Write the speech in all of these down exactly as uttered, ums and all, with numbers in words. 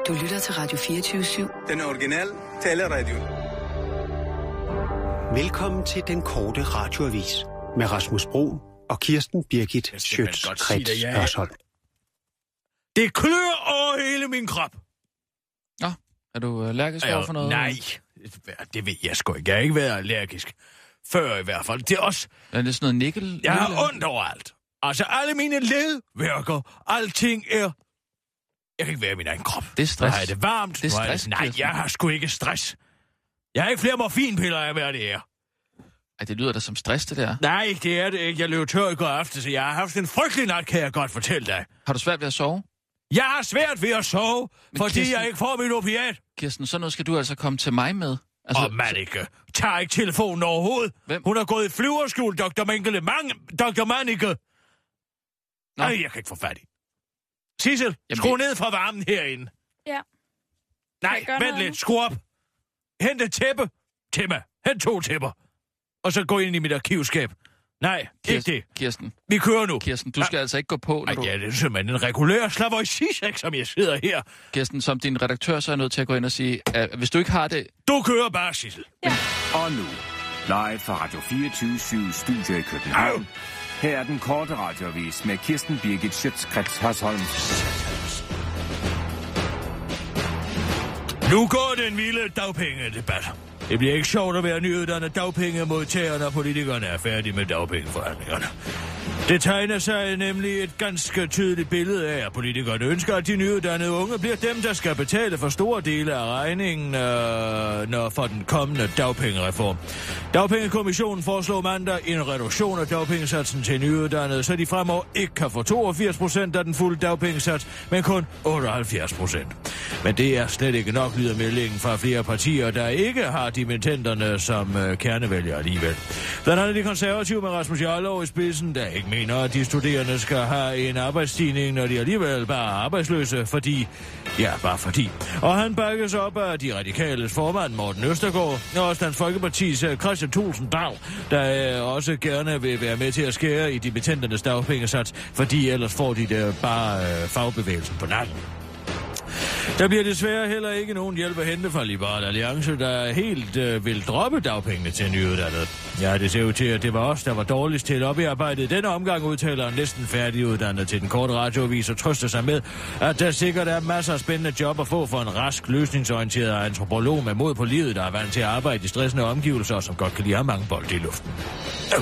Du lytter til Radio fireogtyve syv. Den originale taleradio. Velkommen til den korte radioavis med Rasmus Bro og Kirsten Birgit Schøtz-Krets Hørsholm. Det klør over hele min krop. Nå, er du allergisk over for noget? Nej, det ved jeg sgu ikke. Jeg har ikke været allergisk. Før i hvert fald. Det er også... Er det sådan noget nikkel? Jeg har ondt overalt. Altså, alle mine led virker. Alting er... Jeg kan ikke være i min egen krop. Det er stress. Nu har det varmt. Det er stress. Jeg... Nej, jeg har sgu ikke stress. Jeg har ikke flere morfinpiller af, hvad det er. Ej, det lyder da som stress, det der. Nej, det er det ikke. Jeg løb tør i går aften, så jeg har haft en frygtelig nat, kan jeg godt fortælle dig. Har du svært ved at sove? Jeg har svært ved at sove, Men fordi Kirsten... jeg ikke får mit opiat. Kirsten, sådan noget skal du altså komme til mig med. Altså... Og Mannike, tager ikke telefonen overhovedet. Hvem? Hun har gået i flyverskjul, doktor Mengele. Mang... doktor Mannike. Nej, jeg kan ikke få fat i. Sissel, Jamen, skru det... ned fra varmen herinde. Ja. Nej, vent lidt. Skru op. Hent et tæppe. Til mig. Hent to tæpper. Og så gå ind i mit arkivskab. Nej, Kirsten, ikke det. Kirsten. Vi kører nu. Kirsten, du skal ja. altså ikke gå på, når Ej, du... ja, det er simpelthen en regulær Slavoj-Zizek, som jeg sidder her. Kirsten, som din redaktør, så er jeg nødt til at gå ind og sige, at hvis du ikke har det... Du kører bare, Sissel. Ja. Og nu, live fra Radio fireogtyve syv Studio i København. Her er den korte radioavis med Kirsten Birgit Schøtz-Krets Hørsholm. Nu går den vilde dagpengedebat. Det bliver ikke sjovt at være nyuddannet dagpengemodtagerne, og politikerne er færdige med dagpengeforhandlingerne. Det tegner sig nemlig et ganske tydeligt billede af, at politikerne ønsker, at de nyuddannede unge bliver dem, der skal betale for store dele af regningen øh, når for den kommende dagpengereform. Dagpengekommissionen foreslår mandag en reduktion af dagpengesatsen til nyuddannede, så de fremover ikke kan få toogfirs procent af den fulde dagpengesats, men kun otteoghalvfjerds procent. Men det er slet ikke nok, lyder meldingen fra flere partier, der ikke har dimittenterne som øh, kernevælger alligevel. Blandt andet de konservative med Rasmus Jarlov i spidsen, der ikke mener, at de studerende skal have en arbejdsstigning, når de alligevel bare er arbejdsløse, fordi... Ja, bare fordi. Og han bakkes op af de radikales formand, Morten Østergaard, og også Dansk Folkepartis Christian Thulesen Dahl, der øh, også gerne vil være med til at skære i dimittenternes dagpengesats, fordi ellers får de det bare øh, fagbevægelsen på nakken. Der bliver desværre heller ikke nogen hjælp at hente fra Liberal Alliance, der helt øh, vil droppe dagpengene til nyuddannede. Ja, det ser ud til, at det var os, der var dårligst til at oparbejde denne omgang, udtaler næsten færdiguddannet til den korte radioavis og trøster sig med, at der sikkert er masser af spændende job at få for en rask, løsningsorienteret antropolog med mod på livet, der er vant til at arbejde i stressende omgivelser, og som godt kan lide at have mange bolde i luften. Øh.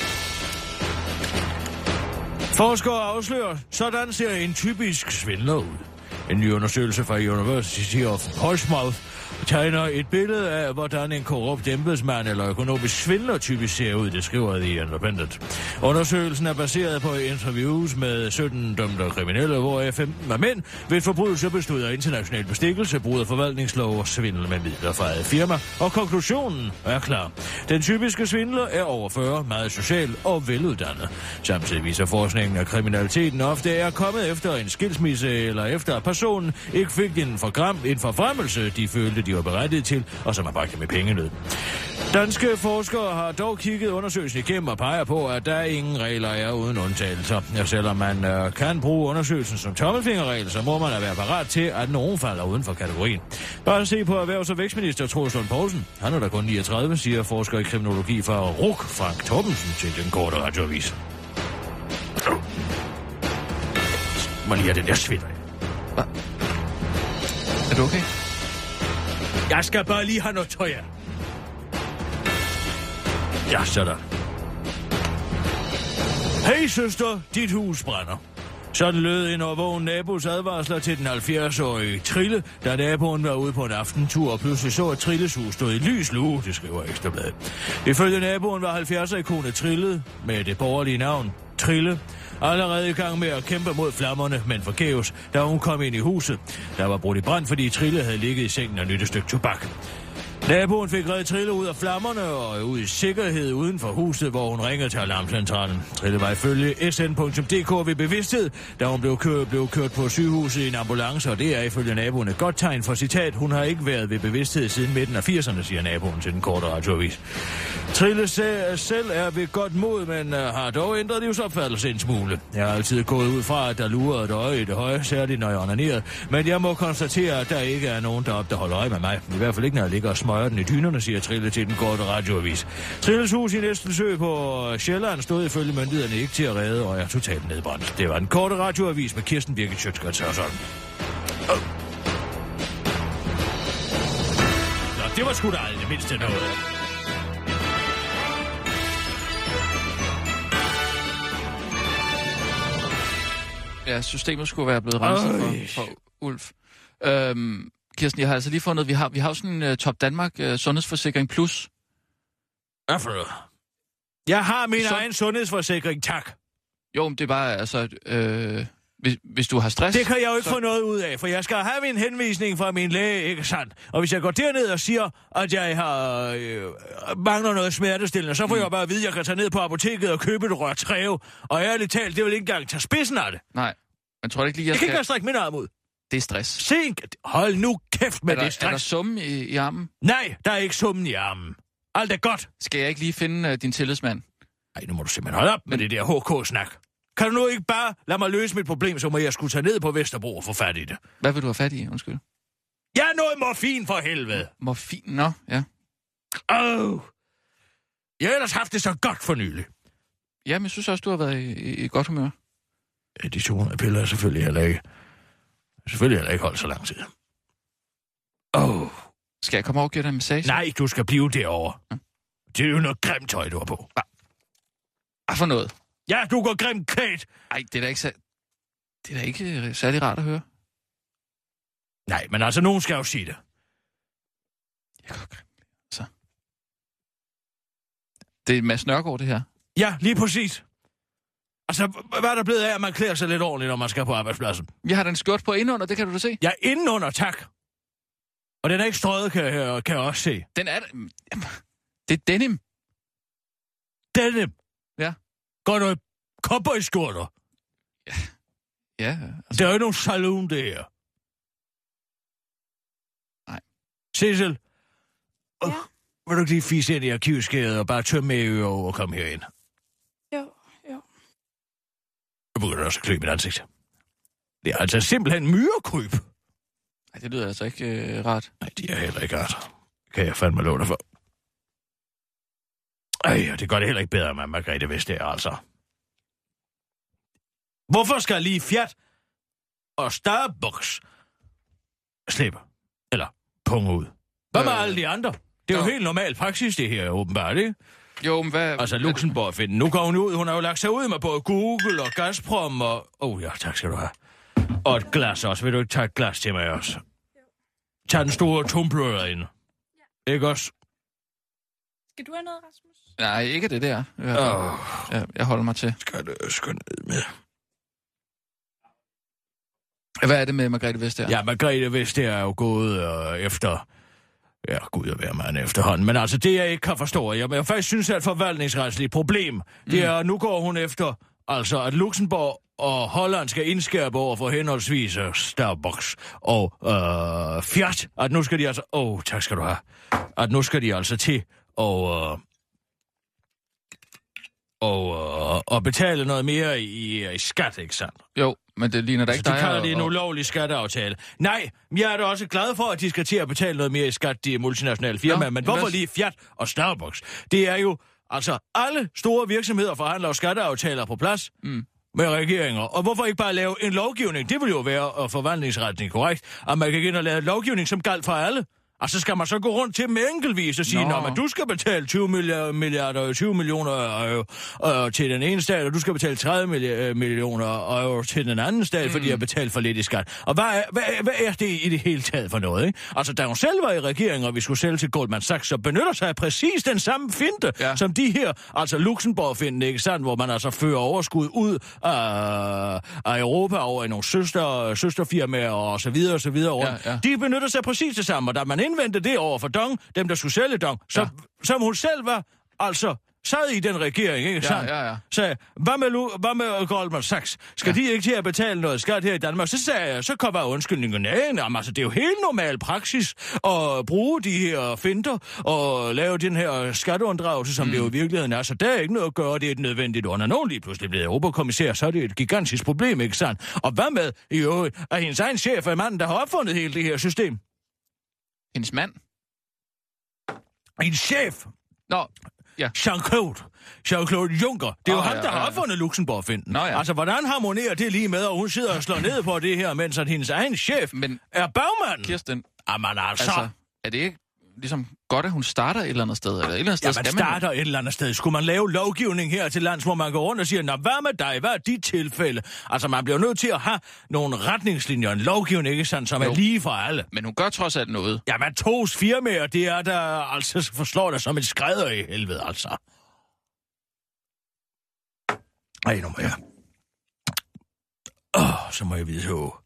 Forskere afslører, sådan ser en typisk svindler ud. En ny undersøgelse fra University of Portsmouth tegner et billede af, hvordan en korrupt embedsmand eller økonomisk svindler typisk ser ud, det skriver The Independent. Undersøgelsen er baseret på interviews med sytten dømte kriminelle, hvor femten er mænd ved forbrydelse bestod af international bestikkelse, brud af forvaltningslov og svindel med midler fra et firma. Og konklusionen er klar. Den typiske svindler er over fyrre, meget social og veluddannet. Samtidig viser forskningen, at kriminaliteten ofte er kommet efter en skilsmisse eller efter at personen ikke fik en, forgram, en forfremmelse, de følte, de var berettiget til, og som har bragt dem i pengenød. Danske forskere har dog kigget undersøgelsen igennem og peger på, at der ingen regler er uden undtagelser. Ja, selvom man øh, kan bruge undersøgelsen som tommelfingerregel, så må man da være parat til, at nogen falder uden for kategorien. Bare se på erhvervs- og vækstminister Troels Lund Poulsen. Han er da kun niogtredive, siger forsker i kriminologi fra R U C, Frank Torbensen, til den korte radioavis. Man lige har den der svinder. Hva? Er du okay? Jeg skal bare lige have noget tøj af. Ja, sådan. Hey søster, dit hus brænder. Sådan lød en overvågen nabos advarsler til den halvfjerds-årige Trille, da naboen var ude på en aftentur og pludselig så, at Trilles hus stod i lys lue, det skriver Ekstrabladet. Ifølge naboen var halvfjerdser-ikonet Trille med det borgerlige navn Trille allerede i gang med at kæmpe mod flammerne, men forgæves, da hun kom ind i huset. Der var brudt i brand, fordi Trille havde ligget i sengen og nydt et stykke tobak. Naboen fik reddet Trille ud af flammerne og ud i sikkerhed uden for huset, hvor hun ringede til alarmcentralen. Trille var ifølge S N punktum d k ved bevidsthed, da hun blev kørt, blev kørt på sygehuset i en ambulance, og det er ifølge naboen et godt tegn for citat. Hun har ikke været ved bevidsthed siden midten af firserne, siger naboen til den korte radioavis. Trille selv er ved godt mod, men har dog ændret livsopfattelse en smule. Jeg har altid gået ud fra, at der lurer et øje i det høje, særligt når jeg onanerer, men jeg må konstatere, at der ikke er nogen deroppe, der holder øje med mig. I hvert fald ikke, når jeg ligger og smøger den i dynerne, siger Trille til den korte radioavis. Trilles hus i Næstelsø på Sjælland stod ifølge myndighederne ikke til at redde, og er totalt nedbrændt. Det var den korte radioavis med Kirsten Birgit Schøtzgrads Hasholm. Oh. Nå, det var sgu da aldrig det mindste noget. Ja, systemet skulle være blevet renset for, for Ulf. Øhm, Kirsten, jeg har altså lige fundet, vi har, vi har jo sådan en uh, Top Danmark uh, Sundhedsforsikring Plus. Hvad for noget? Jeg har min Så... egen sundhedsforsikring, tak. Jo, men det er bare, altså, øh, hvis, hvis du har stress... Det kan jeg jo ikke så... få noget ud af, for jeg skal have min henvisning fra min læge, ikke sandt? Og hvis jeg går derned og siger, at jeg har øh, mangler noget smertestillende, så får mm. jeg bare at vide, at jeg kan tage ned på apoteket og købe et rør træve. Og ærligt talt, det vil ikke engang tage spidsen af det. Nej, men tror du ikke lige, jeg, jeg skal... kan ikke strække min arm ud. Det er stress. Se, hold nu kæft med er der, det stress. Er der summen i, i armen? Nej, der er ikke summen i armen. Alt er godt. Skal jeg ikke lige finde uh, din tillidsmand? Nej, nu må du simpelthen holde op med det der H K-snak. Kan du nu ikke bare lade mig løse mit problem, så må jeg skulle tage ned på Vesterbro og få fat i det? Hvad vil du have fat i, undskyld? Jeg er noget morfin for helvede. Morfin? Nå, ja. Åh. Oh. Jeg har ellers haft det så godt for nylig. Jamen, jeg synes også, du har været i, i, i godt humør. Ja, de to hundrede piller er selvfølgelig heller ikke... Selvfølgelig heller ikke holdt så lang tid. Åh. Oh. Skal jeg komme over og give dig en massage? Nej, du skal blive derovre. Ja. Det er jo noget grimt tøj, du har på. Hvad for noget? Ja, du går grimt klædt. Ej, det er da ikke, sa- det er da ikke særlig rart at høre. Nej, men altså, nogen skal jo sige det. Jeg går grimt. Så. Det er Mads Nørgaard, det her. Ja, lige præcis. Altså, hvad er der blevet af, at man klæder sig lidt ordentligt, når man skal på arbejdspladsen? Jeg har den skørt på indenunder, det kan du da se. Ja, indenunder, tak. Og den er ikke strøget, kan jeg, kan jeg også se. Den er... Det er denim. Denim? Ja. Går du i cowboyskjorter? Ja. Ja. Altså... Det er jo ikke nogen saloon, det her. Nej. Cecil? Ja? Uh, vil du ikke lige fise ind i arkivskæret og bare tømme med ører og komme herind? Jo, jo. Nu begynder du også at klø mit ansigt. Det er altså simpelthen myrekryb. Nej, det lyder altså ikke øh, rart. Nej, de er heller ikke rart. Kan jeg fandme love dig for. Ej, det gør det heller ikke bedre med Margrethe Vestager, altså. Hvorfor skal lige Fiat og Starbucks slippe? Eller punge ud? Hvad med øh... alle de andre? Det er jo, jo helt normal praksis, det her, åbenbart, ikke? Jo, men hvad... Altså, Luxembourg finder. Nu går hun ud. Hun har jo lagt sig ud med både Google og Gazprom og... Åh, oh, ja, tak skal du have. Og et glas også. Vil du ikke tage et glas til mig også? Tag den store tumbler derinde. Ja. Ikke også? Skal du have noget, Rasmus? Nej, ikke det der. Jeg, oh. jeg, jeg holder mig til. Skal du skynde ned med? Hvad er det med Margrethe Vestager? Ja, Margrethe Vestager er jo gået øh, efter... Ja, gud at være mand efterhånden. Men altså, det jeg ikke kan forstå, jeg, jeg faktisk synes, at et forvaltningsretsligt problem, mm. det er, nu går hun efter, altså, at Luxembourg og Holland skal indskærpe over for henholdsvis uh, Starbucks og uh, Fiat, at nu skal de altså... Åh, oh, tak skal du have. At nu skal de altså til og... Uh, og, uh, og betale noget mere i, i skat, ikke sandt? Jo, men det ligner da ikke altså, dig. de kalder det en og... ulovlig skatteaftale. Nej, jeg er da også glad for, at de skal til at betale noget mere i skat, de multinationale firmaer. Men hvorfor lige Fiat og Starbucks? Det er jo, altså, alle store virksomheder forhandler skatteaftaler på plads mm. med regeringer. Og hvorfor ikke bare lave en lovgivning? Det vil jo være forvaltningsretning korrekt, at man kan gå ind og lave en lovgivning, som galt for alle. Og så skal man så gå rundt til dem enkeltvis og sige, at du skal betale tyve milliarder, tyve millioner euro til den ene stat, og du skal betale tredive millioner euro til den anden stat, mm. fordi jeg har betalt for lidt i skat. Og hvad er, hvad, hvad er det i det hele taget for noget, ikke? Altså, da hun selv var i regeringen, og vi skulle sælge til Goldman Sachs, så benytter sig af præcis den samme finte, ja. som de her, altså Luxembourg-finden, ikke sandt? Hvor man altså fører overskud ud af, af Europa over i nogle søster, søsterfirmaer og så videre og så videre rundt. Ja, ja. De benytter sig præcis det samme, og da man anvendte det over for Dong, dem der skulle sælge Dong, så, ja. som hun selv var, altså... sad i den regering, ikke sandt? Ja, ja, ja. Sagde, hvad med, Lu- hvad med Goldman Sachs? Skal ja. de ikke til at betale noget skat her i Danmark? Så sagde jeg, så kommer undskyldningen. Nej, nej, altså det er jo helt normal praksis at bruge de her finter og lave den her skatteunddragelse, som mm. det jo i virkeligheden er. Så der er ikke noget at gøre, det er et nødvendigt under. Nogen lige pludselig bliver europakommissær, så er det et gigantisk problem, ikke sandt? Og hvad med, i øvrigt, at hendes egen chef er manden, der har opfundet hele det her system? Hendes mand? Hendes chef? Nå... Ja. Jean-Claude. Jean-Claude Juncker. Det er oh, jo ham, ja, der har opfundet ja. Luxembourg-finden. Ja. Altså, hvordan harmonerer det lige med, at hun sidder og slår ned på det her, mens at hendes egen chef Men, er bagmanden? Kirsten, Jamen altså... altså... Er det ikke ligesom godt, at hun starter et eller andet sted? Eller et eller andet sted ja, man starter man... et eller andet sted. Skulle man lave lovgivning her til lands, hvor man går rundt og siger, nå, hvad med dig? Hvad er dit tilfælde? Altså, man bliver nødt til at have nogle retningslinjer, en lovgivning, ikke sandt, som jo. er lige for alle. Men hun gør trods alt noget. Ja, man tos firmaer, det er der altså forslår der som et skrædder i helvede, altså. Ej, nu må jeg... Åh, oh, så må jeg vide så...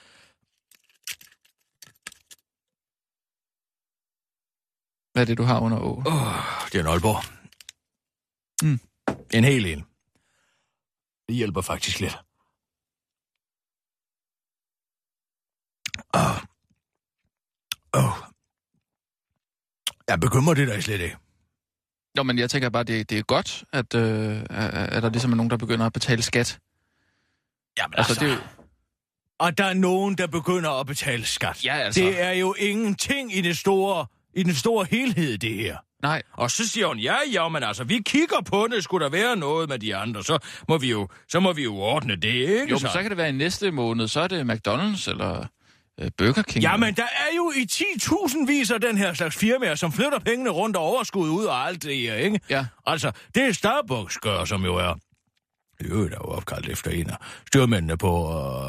Hvad er det, du har under å? Åh, oh, det er en Aalborg. Mm. En hel en. Det hjælper faktisk lidt. Åh. Oh. Åh. Oh. Jeg bekymrer det dig slet ikke. Jo, men jeg tænker bare, det, det er godt, at, øh, at der ligesom er nogen, der begynder at betale skat. Jamen altså... altså det er jo... Og der er nogen, der begynder at betale skat. Ja, altså... Det er jo ingenting i det store... I den store helhed, det her. Nej. Og så siger hun, ja, ja, men altså, vi kigger på det, skulle der være noget med de andre, så må vi jo, så må vi jo ordne det, ikke? Jo, men så, så kan det være i næste måned, så er det McDonald's eller øh, Burger King. Jamen, der er jo i ti tusindvis af den her slags firmaer, som flytter pengene rundt og overskud ud og alt det her, ikke? Ja. Altså, det er Starbucks gør, som jo er... Det er jo opkaldt efter en af styrmændene på,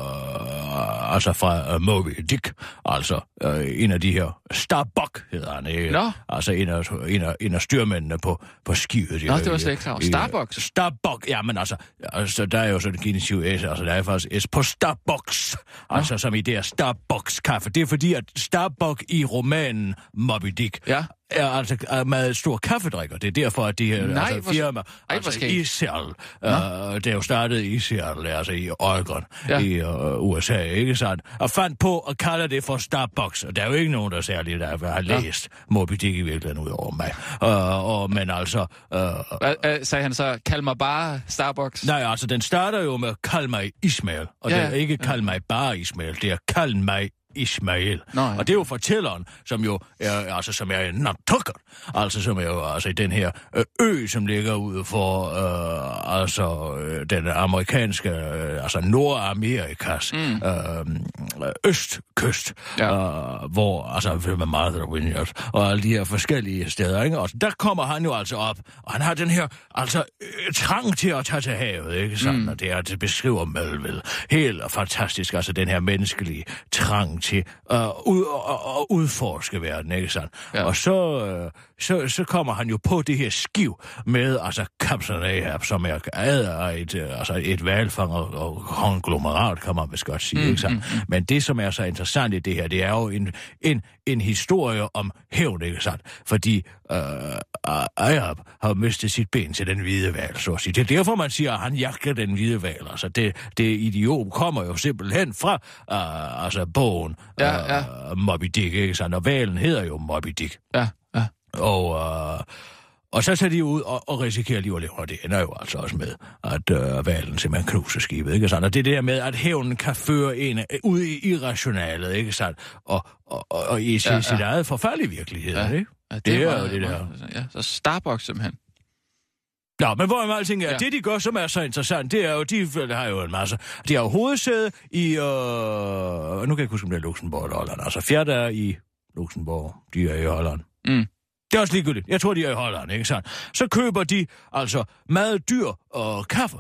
øh, altså fra uh, Moby Dick, altså øh, en af de her, Starbuck hedder han, ikke? Nå. Altså en af, en af, en af styrmændene på, på skibet. Nå, det var slet ikke klar. Starbucks? Starbuck, ja, men altså, altså, der er jo sådan en genitiv S, altså der er faktisk S på Starbucks, Nå. Altså som i det her Starbucks-kaffe. Det er fordi, at Starbuck i romanen Moby Dick, ja. er altså er meget stor kaffedrikker. Det er derfor, at de her Nej, altså, firma, ej, altså i Seattle, uh, det er jo startet i Seattle, altså i Oregon, ja. i uh, U S A, ikke sandt? Og fandt på at kalde det for Starbucks. Og der er jo ikke nogen, der særligt der har læst ja. Moby Dick i virkeligheden ud over mig. Uh, og, men altså... Uh, uh, sagde han så, kald mig bare Starbucks? Nej, altså den starter jo med, kald mig Ismail. Og ja, det er ikke kald ja. mig bare Ismail, det er kald mig Ismail. Nå, ja. Og det er jo fortælleren, som jo er, altså, som er en Nantucket, altså som er jo altså i den her ø, som ligger ude for øh, altså øh, den amerikanske, øh, altså Nordamerikas mm. øh, østkyst, ja. øh, hvor altså med Martha Vineyard og alle de her forskellige steder, ikke? Og der kommer han jo altså op, og han har den her altså øh, trang til at tage til havet, ikke sådan, mm. og det er, det beskriver Melville helt fantastisk, altså den her menneskelige trang til at uh, ud, uh, uh, udforske verden, ikke sandt? Ja. Og så, uh, så, så kommer han jo på det her skiv med, altså, Captain Ahab, som er af et, uh, altså et valfanger og konglomerat, kan man vist godt sige, mm, ikke sandt? Mm, mm. Men det, som er så interessant i det her, det er jo en, en, en historie om hævn, ikke sandt? Fordi uh, Ahab har mistet sit ben til den hvide hval, så at sige. Det er derfor, man siger, at han jagter den hvide hval. Altså, det, det idiot kommer jo simpelthen fra uh, altså, bogen ja, ja. Uh, Moby Dick, ikke sandt? Og hvalen hedder jo Moby Dick. Ja, ja. Og, uh, og så tager de ud og, og risikerer liv og lever. Og det ender jo altså også med, at uh, hvalen simpelthen knuser skibet, ikke sandt? Og det er det der med, at hævnen kan føre en ud i irrationalet, ikke sandt? Og, og, og, og i ja, sit ja. eget forfærdelige virkelighed, ja. ikke? Ja, det, det er var, jo det der. Ja, så Starbucks simpelthen. Nå, men hvor er alting er, ja. det de gør, som er så interessant, det er jo, de har jo en masse, de har jo hovedsæde i, øh, nu kan jeg ikke huske, om det er Luxembourg eller Holland, altså fjerde er i Luxembourg, de er i Holland. Mm. Det er også ligegyldigt, jeg tror, de er i Holland, ikke sandt? Så køber de altså meget dyr og kaffe,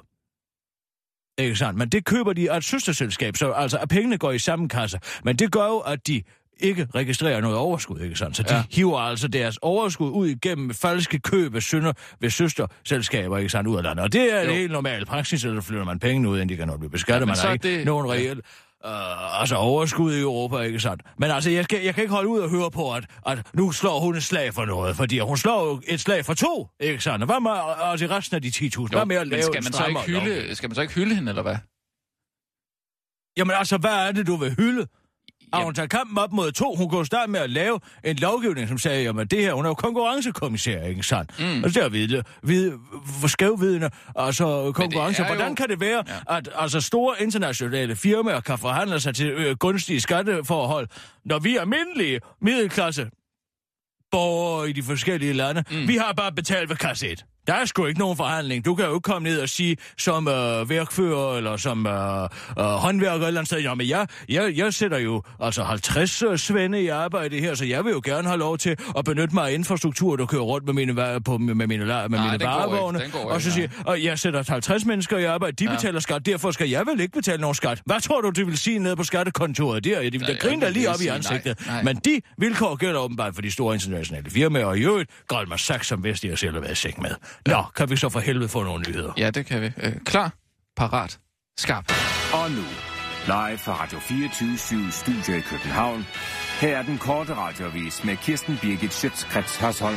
ikke sandt? Men det køber de af et søsterselskab, så altså at pengene går i samme kasse, men det gør jo, at de ikke registrerer noget overskud, ikke sandt? Så de ja. hiver altså deres overskud ud igennem falske køb af sønder ved søsterselskaber, ikke sandt, ud af landet. Og det er jo. en helt normal praksis, så flytter man pengene ud, inden de kan nå at blive beskattet. Ja, man har ikke det... nogen reel øh, altså overskud i Europa, ikke sandt? Men altså, jeg, skal, jeg kan ikke holde ud og høre på, at, at nu slår hun et slag for noget, fordi hun slår jo et slag for to, ikke sandt? Hvad med altså, resten af de ti tusind? Hvad med at lave skal man, så ikke hylde, skal man så ikke hylde hende, eller hvad? Jamen altså, hvad er det, du vil hylde? Har hun taget kampen op mod to? Hun kunne starte med at lave en lovgivning, som sagde, jamen det her, hun er jo konkurrencekommissær, ikke sandt? Mm. Og så er vide, vide, for skævvidende, altså konkurrence. Hvordan jo... kan det være, ja. at altså, store internationale firmaer kan forhandle sig til øh, gunstige skatteforhold, når vi almindelige middelklasse borgere i de forskellige lande, mm. vi har bare betalt ved kasse et. Der er sgu ikke nogen forhandling. Du kan jo ikke komme ned og sige, som øh, værkfører eller som øh, øh, håndværker eller andet sted, jamen jeg, jeg, jeg sætter jo altså halvtreds øh, svende i arbejde her, så jeg vil jo gerne have lov til at benytte mig af infrastruktur, der kører rundt med mine, på, med mine, med mine varevogne. Og så siger og jeg sætter halvtreds mennesker i arbejde, de ja. betaler skat, derfor skal jeg vel ikke betale nogen skat. Hvad tror du, de vil sige nede på skattekontoret der? De vil da grine der lige op i ansigtet. Nej, nej. Men de vilkår gælder åbenbart for de store internationale firmaer, og i øvrigt Goldman Sachs, som Vesti selv har været i seng med. Nå, kan vi så for helvede få nogle nyheder? Ja, det kan vi. Øh, klar, parat, skarp. Og nu, live fra Radio fireogtyve syv Studio i København. Her er den korte radioavis med Kirsten Birgit Schøtz-Krets Hørsholm.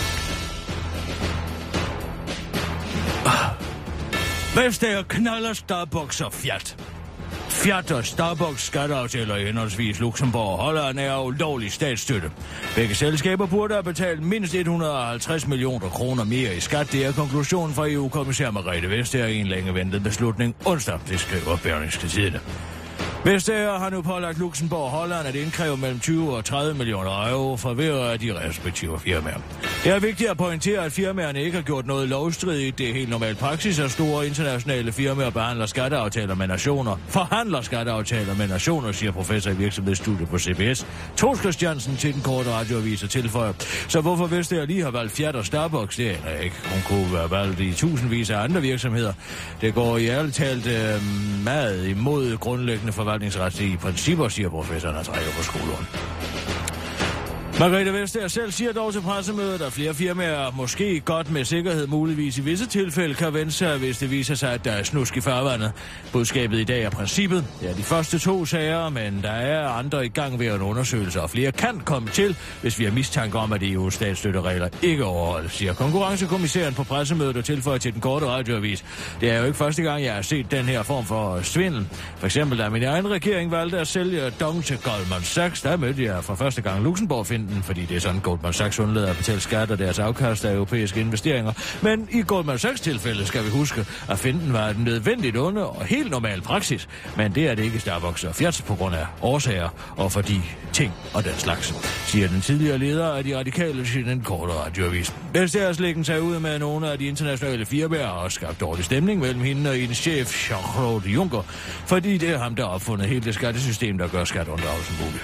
Vestager knaller Starbucks og Fiat. Fiat og Starbucks skatteaftaler i henholdsvis Luxembourg og Holland er ulovlig statsstøtte. Begge selskaber burde have betalt mindst et hundrede og halvtreds millioner kroner mere i skat. Det er konklusionen fra E U-kommissær Margrethe Vestager i en længe ventet beslutning onsdag, det skriver Berlingske Tidende. Vestager har nu pålagt Luxembourg og Holland at indkræve mellem tyve og tredive millioner euro for hver af de respektive firmaer. Det er vigtigt at pointere, at firmaerne ikke har gjort noget lovstridigt. Det er helt normal praksis, at store internationale firmaer behandler skatteaftaler med nationer. Forhandler skatteaftaler med nationer, siger professor i virksomhedsstudiet på C B S. Tosk Christiansen til den korte radioavis og tilføjer. Så hvorfor Vestager lige har valgt Fiat og Starbucks, det er ikke. Hun kunne være valgt i tusindvis af andre virksomheder. Det går i ærligt talt øh, meget imod grundlæggende forvaltningsretlige principper, siger professoren og trækker på skulderen. Margrethe Vestager selv siger dog til pressemødet, at flere firmaer måske godt med sikkerhed muligvis i visse tilfælde kan vende sig, hvis det viser sig, at der er snusk i farvandet. Budskabet i dag er princippet. Det er de første to sager, men der er andre i gang ved en undersøgelse, og flere kan komme til, hvis vi har mistanke om, at E U's statsstøtteregler ikke overholdes, siger konkurrencekommissæren på pressemødet og tilføjer til den korte radioavis. Det er jo ikke første gang, jeg har set den her form for svindel. For eksempel, da min egen regering valgte at sælge Dong til Goldman Sachs, der mødte jeg for første gang Luxembourg finde fordi det er sådan, Goldman Sachs undlader at betale skat og deres afkast af europæiske investeringer. Men i Goldman Sachs tilfælde skal vi huske, at finden var et nødvendigt onde og helt normal praksis. Men det er det ikke Starbucks og Fiat på grund af årsager og fordi ting og den slags, siger den tidligere leder af de radikale til den korte radioavis. Vestagers læggen sig ud med nogle af de internationale firmaer og skabt dårlig stemning mellem hende og hendes chef, Jean-Claude Juncker, fordi det er ham, der har opfundet hele det skattesystem, der gør skatteunddragelsen muligt.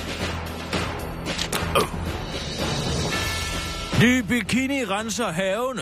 Ny bikini renser havene.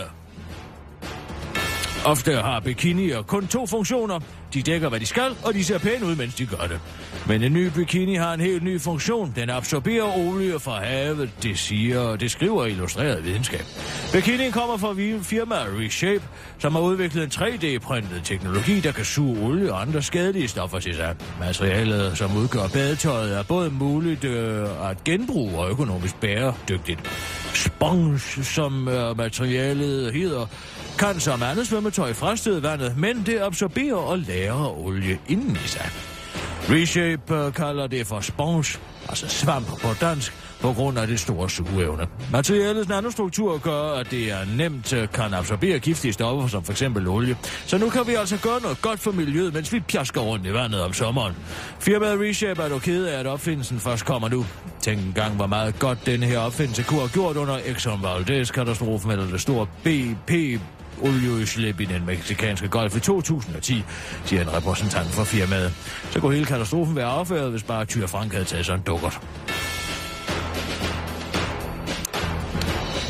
Ofte har bikinier kun to funktioner. De dækker, hvad de skal, og de ser pæne ud, mens de gør det. Men en ny bikini har en helt ny funktion. Den absorberer olie fra havet, det siger, det skriver Illustreret Videnskab. Bikinien kommer fra firmaet Reshape, som har udviklet en tre D-printet teknologi, der kan suge olie og andre skadelige stoffer til sig. Materialet, som udgør badetøjet, er både muligt øh, at genbruge og økonomisk bæredygtigt. Sponge, som øh, materialet hedder, kan som andet svømmetøj frastøde vandet, men det absorberer og lagrer olie inden i sig. Reshape kalder det for sponge, altså svamp på dansk, på grund af det store sugeevne. Materialets nanostruktur gør, at det er nemt kan absorbere giftige stoffer, som f.eks. olie. Så nu kan vi altså gøre noget godt for miljøet, mens vi pjasker rundt i vandet om sommeren. Firmaet Reshape er dog kede af, at opfindelsen først kommer nu. Tænk engang, hvor meget godt denne her opfindelse kunne have gjort under Exxon Valdez-katastrofen, eller det store B P olieudslip i den mexikanske golf i to tusind og ti, siger en repræsentant for firmaet. Så kunne hele katastrofen være affæret, hvis bare Tyre Frank havde taget sådan en dukkert.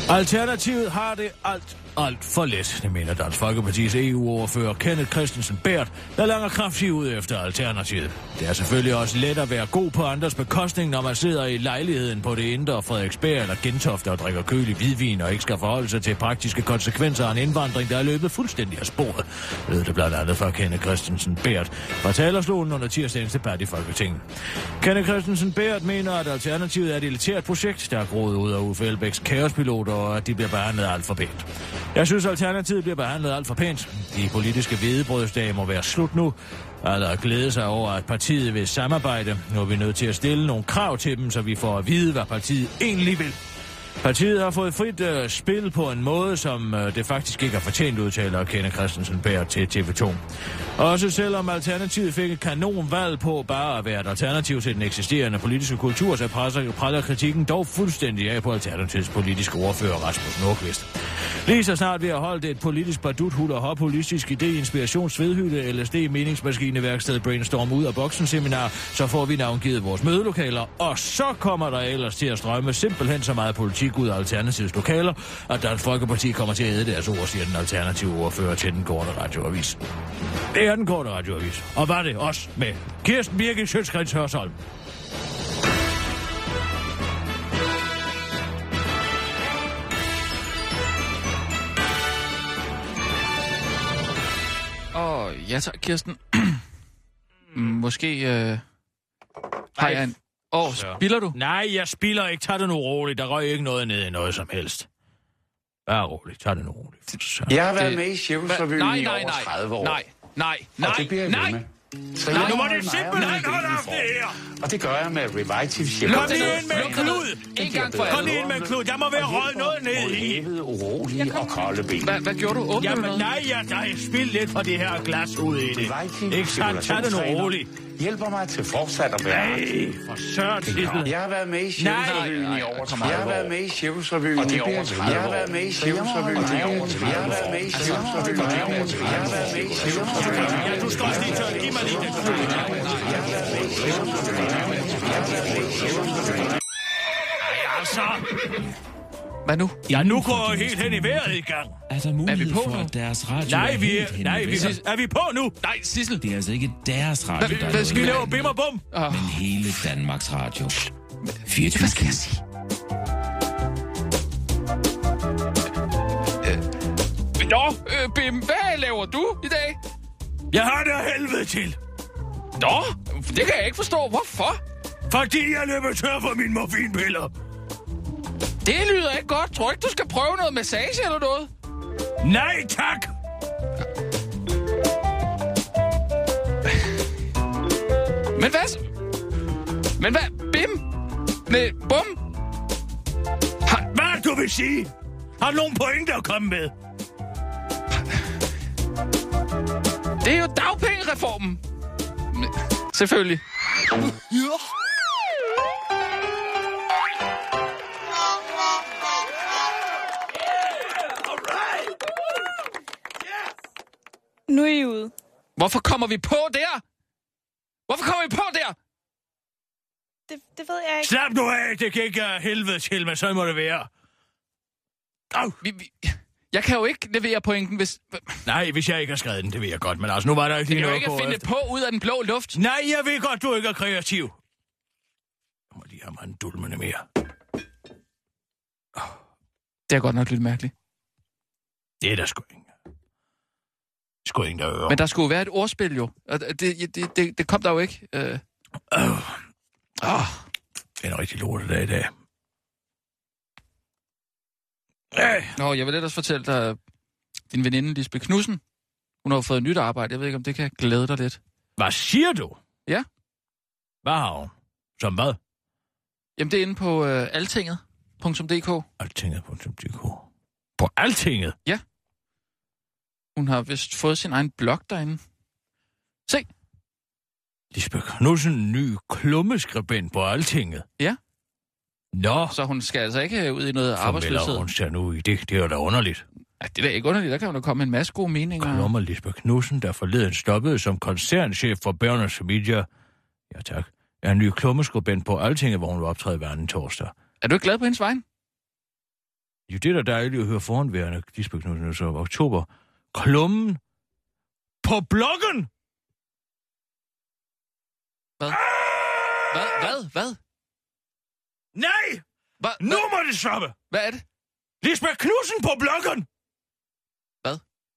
Alternativet har det alt, alt for let, det mener Dansk Folkepartis E U-ordfører Kenneth Christensen Berth, der langer kraftigt ud efter Alternativet. Det er selvfølgelig også let at være god på andres bekostning, når man sidder i lejligheden på det indre Frederiksberg eller Gentofte og drikker kølig hvidvin og ikke skal forholde sig til praktiske konsekvenser af en indvandring, der er løbet fuldstændig af sporet. Lød det blandt andet fra Kenneth Christensen Berth fra talerstolen under tirsdagens debat i Folketinget. Kenneth Christensen Berth mener, at Alternativet er et elitært projekt, der er groet ud af Uffe Elbæks kaospiloter, og at de bliver behandlet alt for pænt. Jeg synes, Alternativet bliver behandlet alt for pænt. De politiske hvedebrødsdage må være slut nu. Alle har glædet sig over, at partiet vil samarbejde. Nu er vi nødt til at stille nogle krav til dem, så vi får at vide, hvad partiet egentlig vil. Partiet har fået frit uh, spil på en måde, som uh, det faktisk ikke har fortjent, udtaler Kenneth Christensen Berth til T V to. Også selvom Alternativet fik et kanonvalg på bare at være et alternativ til den eksisterende politiske kultur, så presser, praller kritikken dog fuldstændig af på Alternativets politiske ordfører Rasmus Nordqvist. Lige så snart vi har holdt et politisk badut, hul og hop, holistisk idé, inspiration, svedhytte, L S D, meningsmaskine, værksted, brainstorm, ud af boksen seminar, så får vi navngivet vores mødelokaler, og så kommer der ellers til at strømme simpelthen så meget politik ud af Alternativets lokaler, at Dansk Folkeparti kommer til at æde deres ord, siger den alternative ordfører til den korte radioavis. Det er den korte radioavis, og var det også med Kirsten Birgit Schiøtz Hørsholm. Åh, oh, ja tak, Kirsten. Måske øh, har jeg en... Åh, oh, spiller du? Nej, jeg spiller ikke. Tag det nu roligt. Der røg ikke noget ned i noget som helst. Bare roligt. Tag det nu roligt. Så. Jeg har været med i Cirkusrevyen i over nej, tredive år. Nej, nej, nej, og det bliver jeg nej, ved med. Så nej, jeg nu må har det en simpelthen ejer holde med op det her. Og det gør jeg med Revitive Cirkus. Kom lige ind med en klud. En gang for Kom lige ind med en klud. Jeg må være røget noget ned i. Hævet, urolige og kolde ben. Hvad, hvad gjorde du? Åbnede Jamen, du noget? nej, jeg, der er spildt lidt fra det her glas ud i det. Ikke sandt? Tag det nu roligt. Hjælper mig til fortsat at være Nej, for søren til. Jeg har været med i Cirkusrevyen i over tredive år. Jeg har været med i Cirkusrevyen i over tredive år. Jeg har været med i Cirkusrevyen i over tredive år. Jeg har været med i Cirkusrevyen i over tredive år. Jeg har været med i Cirkusrevyen i over tredive år. Ja, du skal også lige tørre. Giv mig lige den klud. Jeg har været med i Cirkusrevyen i over tredive år. Jeg har været med i Cirkusrevyen. Ej, altså. Hvad nu? Ja, nu går jeg helt hen i vejret i gang. Er der mulighed er vi på for, nu? at deres radio Nej, er vi helt er, hen nej, i vi vejret? er, er vi på nu? Nej, Sissel. Det er altså ikke deres radio, Hvad- der er hvad noget Vi i laver vejen, bim og bum. Oh. men hele Danmarks radio. fireogtyve Hvad skal jeg sige? Nå, øh, Bim, hvad laver du i dag? Jeg har det af helvede til. Nå, det kan jeg ikke forstå. Hvorfor? Fordi jeg løber tør for mine morfinpiller. Det lyder ikke godt. Tror ikke, du skal prøve noget massage eller noget? Nej, tak. Men hvad? så? Men hvad? Bim? Med bum? Har, hvad du vil sige? Har du nogen pointer at komme med? Det er jo dagpengereformen. Men, selvfølgelig. Nu er I ude. Hvorfor kommer vi på der? Hvorfor kommer vi på der? Det, det ved jeg ikke. Slap nu af, det kan ikke gøre helvede til, men så må det være. Au. Vi, vi, jeg kan jo ikke levere pointen, hvis... Nej, hvis jeg ikke har skrevet den, det ved jeg godt, men altså nu var der ikke Det lige kan jo noget ikke at gå finde efter. på ud af den blå luft. Nej, jeg ved godt, du ikke er kreativ. Jeg må lige have mig en dulmende mere. Det er godt nok lidt mærkeligt. Det er der sgu ingen. Sgu ingen, der hører. Men der skulle jo være et ordspil, jo. Og det, det, det, det kom der jo ikke. Øh. Øh. Oh, det er en rigtig lortedag i dag. Øh. Nå, jeg vil ellers fortælle dig, din veninde Lisbeth Knudsen, hun har jo fået nyt arbejde. Jeg ved ikke, om det kan glæde dig lidt. Hvad siger du? Ja. Hvad har hun? Som hvad? Jamen, det er inde på øh, altinget punktum d k. Altinget punktum d k. På Altinget? Ja. Hun har vist fået sin egen blog derinde. Se. Lisbeth Knudsen, ny klummeskribent på Altinget. Ja. Nå. Så hun skal altså ikke ud i noget arbejdsløshed. Formelder hun sig nu i det? Det er jo da underligt. Ja, det er da ikke underligt. Der kan jo da komme en masse gode meninger. Klummer Lisbeth Knudsen, der forleden stoppede som koncernchef for Berners Media. Ja tak. Er en ny klummeskribent på Altinget, hvor hun var optrædet hver anden torsdag. Er du ikke glad på hendes vejen? Jo, det er da dejligt at høre foranværende, Lisbeth Knudsen, så oktober. Klummen på bloggen! Hvad? Hvad? Hvad? Hvad? Nej! Hva? Nu må det stoppe! Hvad er det? Lisbeth Knudsen på bloggen! Hvad?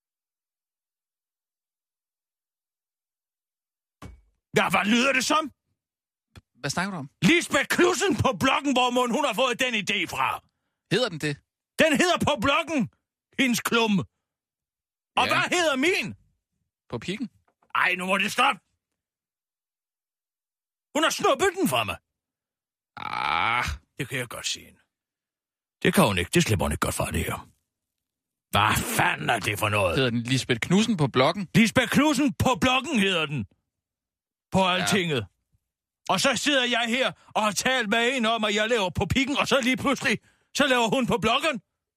Ja, hvad lyder det som? Hvad snakker du om? Lisbeth Knudsen på bloggen, hvor hun har fået den idé fra. Hedder den det? Den hedder på bloggen, hendes klumme. Og Ja. hvad hedder min? På pikken? Ej, nu må det stoppe. Hun har snuppet den fra mig. Ah, Det kan jeg godt sige. Det kan hun ikke. Det slipper hun ikke godt fra, det her. Hvad fanden er det for noget? hedder den Lisbeth Knudsen på bloggen? Lisbeth Knudsen på bloggen hedder den. På altinget. Ja. Og så sidder jeg her og har talt med en om, at jeg laver på pikken, og så lige pludselig, så laver hun på bloggen.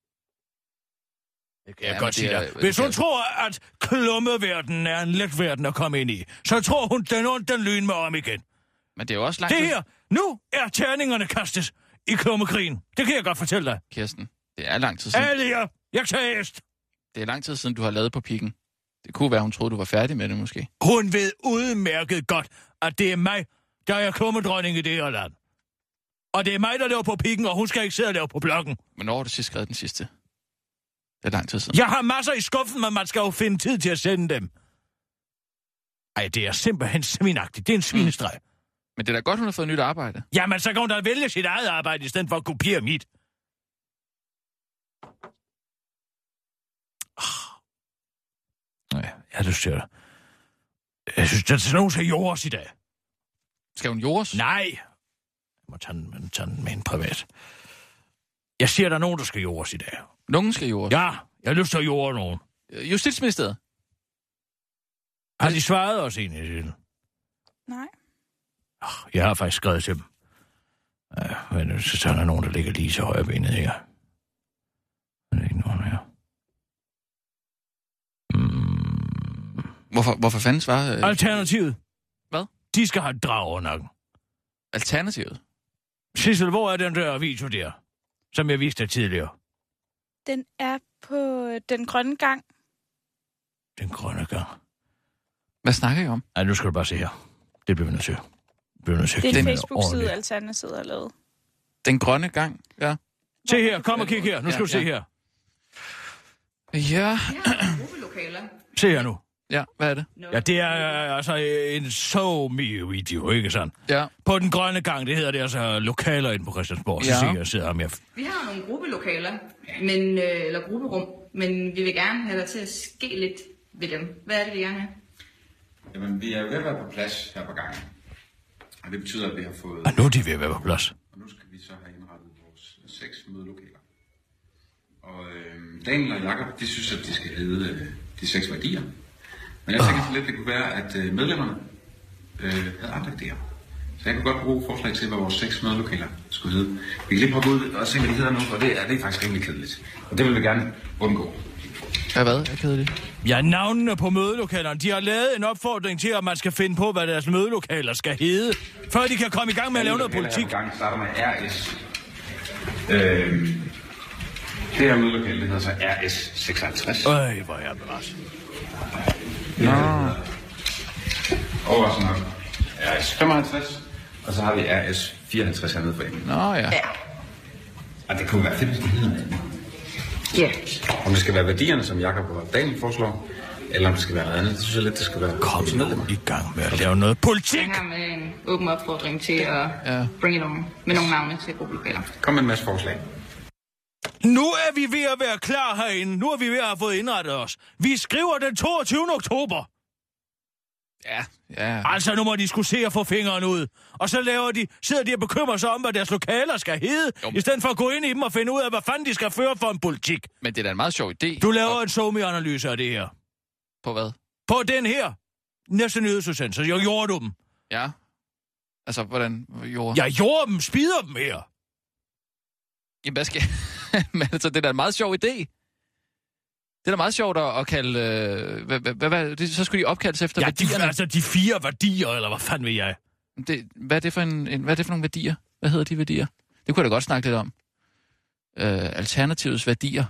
Det kan jeg Ja, godt sige er- dig. Hvis hun tror, at klummeverdenen er en let verden at komme ind i, så tror hun, den ondt den lyn med om igen. Men det er jo også langt Det tid- her, nu er terningerne kastet i klummekrigen. Det kan jeg godt fortælle dig. Kirsten, det er lang tid siden. Alle jer, jeg tager æst. Det er lang tid siden, du har lavet på pikken. Det kunne være, hun troede, du var færdig med det, måske. Hun ved udmærket godt, at det er mig, der er klummedronning i det her land. Og det er mig, der laver på pikken, og hun skal ikke sidde og lave på bloggen. Hvornår har du sidst skrevet den sidste? Det er lang tid siden. Jeg har masser i skuffen, men man skal jo finde tid til at sende dem. Ej, det er simpelthen svinagtigt. Det er en svinestreg. Mm. Men det er da godt, hun har fået nyt arbejde. Jamen, så kan hun da vælge sit eget arbejde, i stedet for at kopiere mit. Nej, jeg synes, jeg... Jeg synes, der er nogen, der skal jordes i dag. Skal hun jordes? Nej. Jeg må tage den, tage den med en privat. Jeg siger, der er nogen, der skal jordes i dag. Nogen skal jordes? Ja, jeg har lyst til at jorde nogen. Justitsministeriet? Har de svaret os egentlig til det? Nej. Jeg har faktisk skrevet til dem. Ja, men så tager der nogen, der ligger lige til højre benet her. Men det er ikke nogen her. Mm. Hvorfor, hvorfor fanden svarer... Øh... Alternativet. Hvad? De skal have drag over nakken. Alternativet? Sissel, hvor er den der video der, som jeg viste dig tidligere? Den er på Den Grønne Gang. Den grønne gang. Hvad snakker I om? Ej, nu skal du bare se her. Det bliver vi nødt til. Det bliver nødt til. Det er en Den Facebook-side, Alternativet har lavet. Den grønne gang, ja. Se her, kom og kig her. Nu skal ja, du se ja. her. Ja. Se her nu. Ja, hvad er det? Ja, det er altså en SoMe-video, ikke sådan? Ja. På Den Grønne Gang, det hedder det altså lokaler inde på Christiansborg. Så ja. ser jeg, sidder ham her. Vi har nogle gruppelokaler, men, øh, eller grupperum, men vi vil gerne have dig til at ske lidt ved dem. Hvad er det, vi gerne have? Jamen, vi er jo ved at være på plads her på gangen. Og det betyder, at vi har fået... Og nu er de ved at være på plads. Og nu skal vi så have indrettet vores seks mødelokaler. Og øh, Daniel og Jakob, de synes, at de skal hedde øh, de seks værdier. Men jeg tænker så lidt, det kunne være, at øh, medlemmerne øh, havde andre idéer. Så jeg kunne godt bruge forslag til, hvad vores seks mødelokaler skulle hedde. Vi kan lige prøve ud og se, hvad de hedder nu, for det er, det er faktisk rimelig kedeligt. Og det vil vi gerne undgå. Ja, hvad er kedeligt? Ja, navnene på mødelokalerne. De har lavet en opfordring til, at man skal finde på, hvad deres mødelokaler skal hedde, før de kan komme i gang med at lave noget politik. Gang starter med R S. Øh, det her mødelokale, det hedder så R S seksoghalvtreds. Øj, hvor er jeg bevaret. Ja. Og sådan noget. R S femoghalvtreds. Og så har vi R S fireoghalvtreds hernede for enden. Nå ja. Ja. Og det kunne være fedt, hvis det hedder noget. Ja. Om det skal være værdierne, som Jakob og Daniel foreslår, eller om det skal være noget andet. Det synes jeg lidt, det skal være... Kom nu i gang med at lave noget politik! Jeg har med en åben opfordring til at ja. bringe nogle, med nogle navne til gruppelokaler. Kom med en masse forslag. Nu er vi ved at være klar herinde. Nu er vi ved at have fået indrettet os. Vi skriver den toogtyvende oktober. Ja, ja. Altså, nu må de skulle se at få fingeren ud. Og så laver de, sidder de og bekymrer sig om, hvad deres lokaler skal hedde, jo. I stedet for at gå ind i dem og finde ud af, hvad fanden de skal føre for en politik. Men det er da en meget sjov idé. Du laver og... en SoMe-analyse af det her. På hvad? På den her. Næste nyhedsudsendelse. Jeg gjorde du dem. Ja. Altså, hvordan gjorde? Jeg gjorde dem. Spider dem her. Jamen, hvad skal Men altså, det er da en meget sjov idé. Det er da meget sjovt at kalde... Øh, hvad, hvad, hvad, det, så skulle de opkaldes efter ja, værdierne. Ja, altså de fire værdier, eller hvad fanden vil jeg? Det, hvad, er det for en, en, hvad er det for nogle værdier? Hvad hedder de værdier? Det kunne jeg da godt snakke lidt om. øh, Alternativets værdier.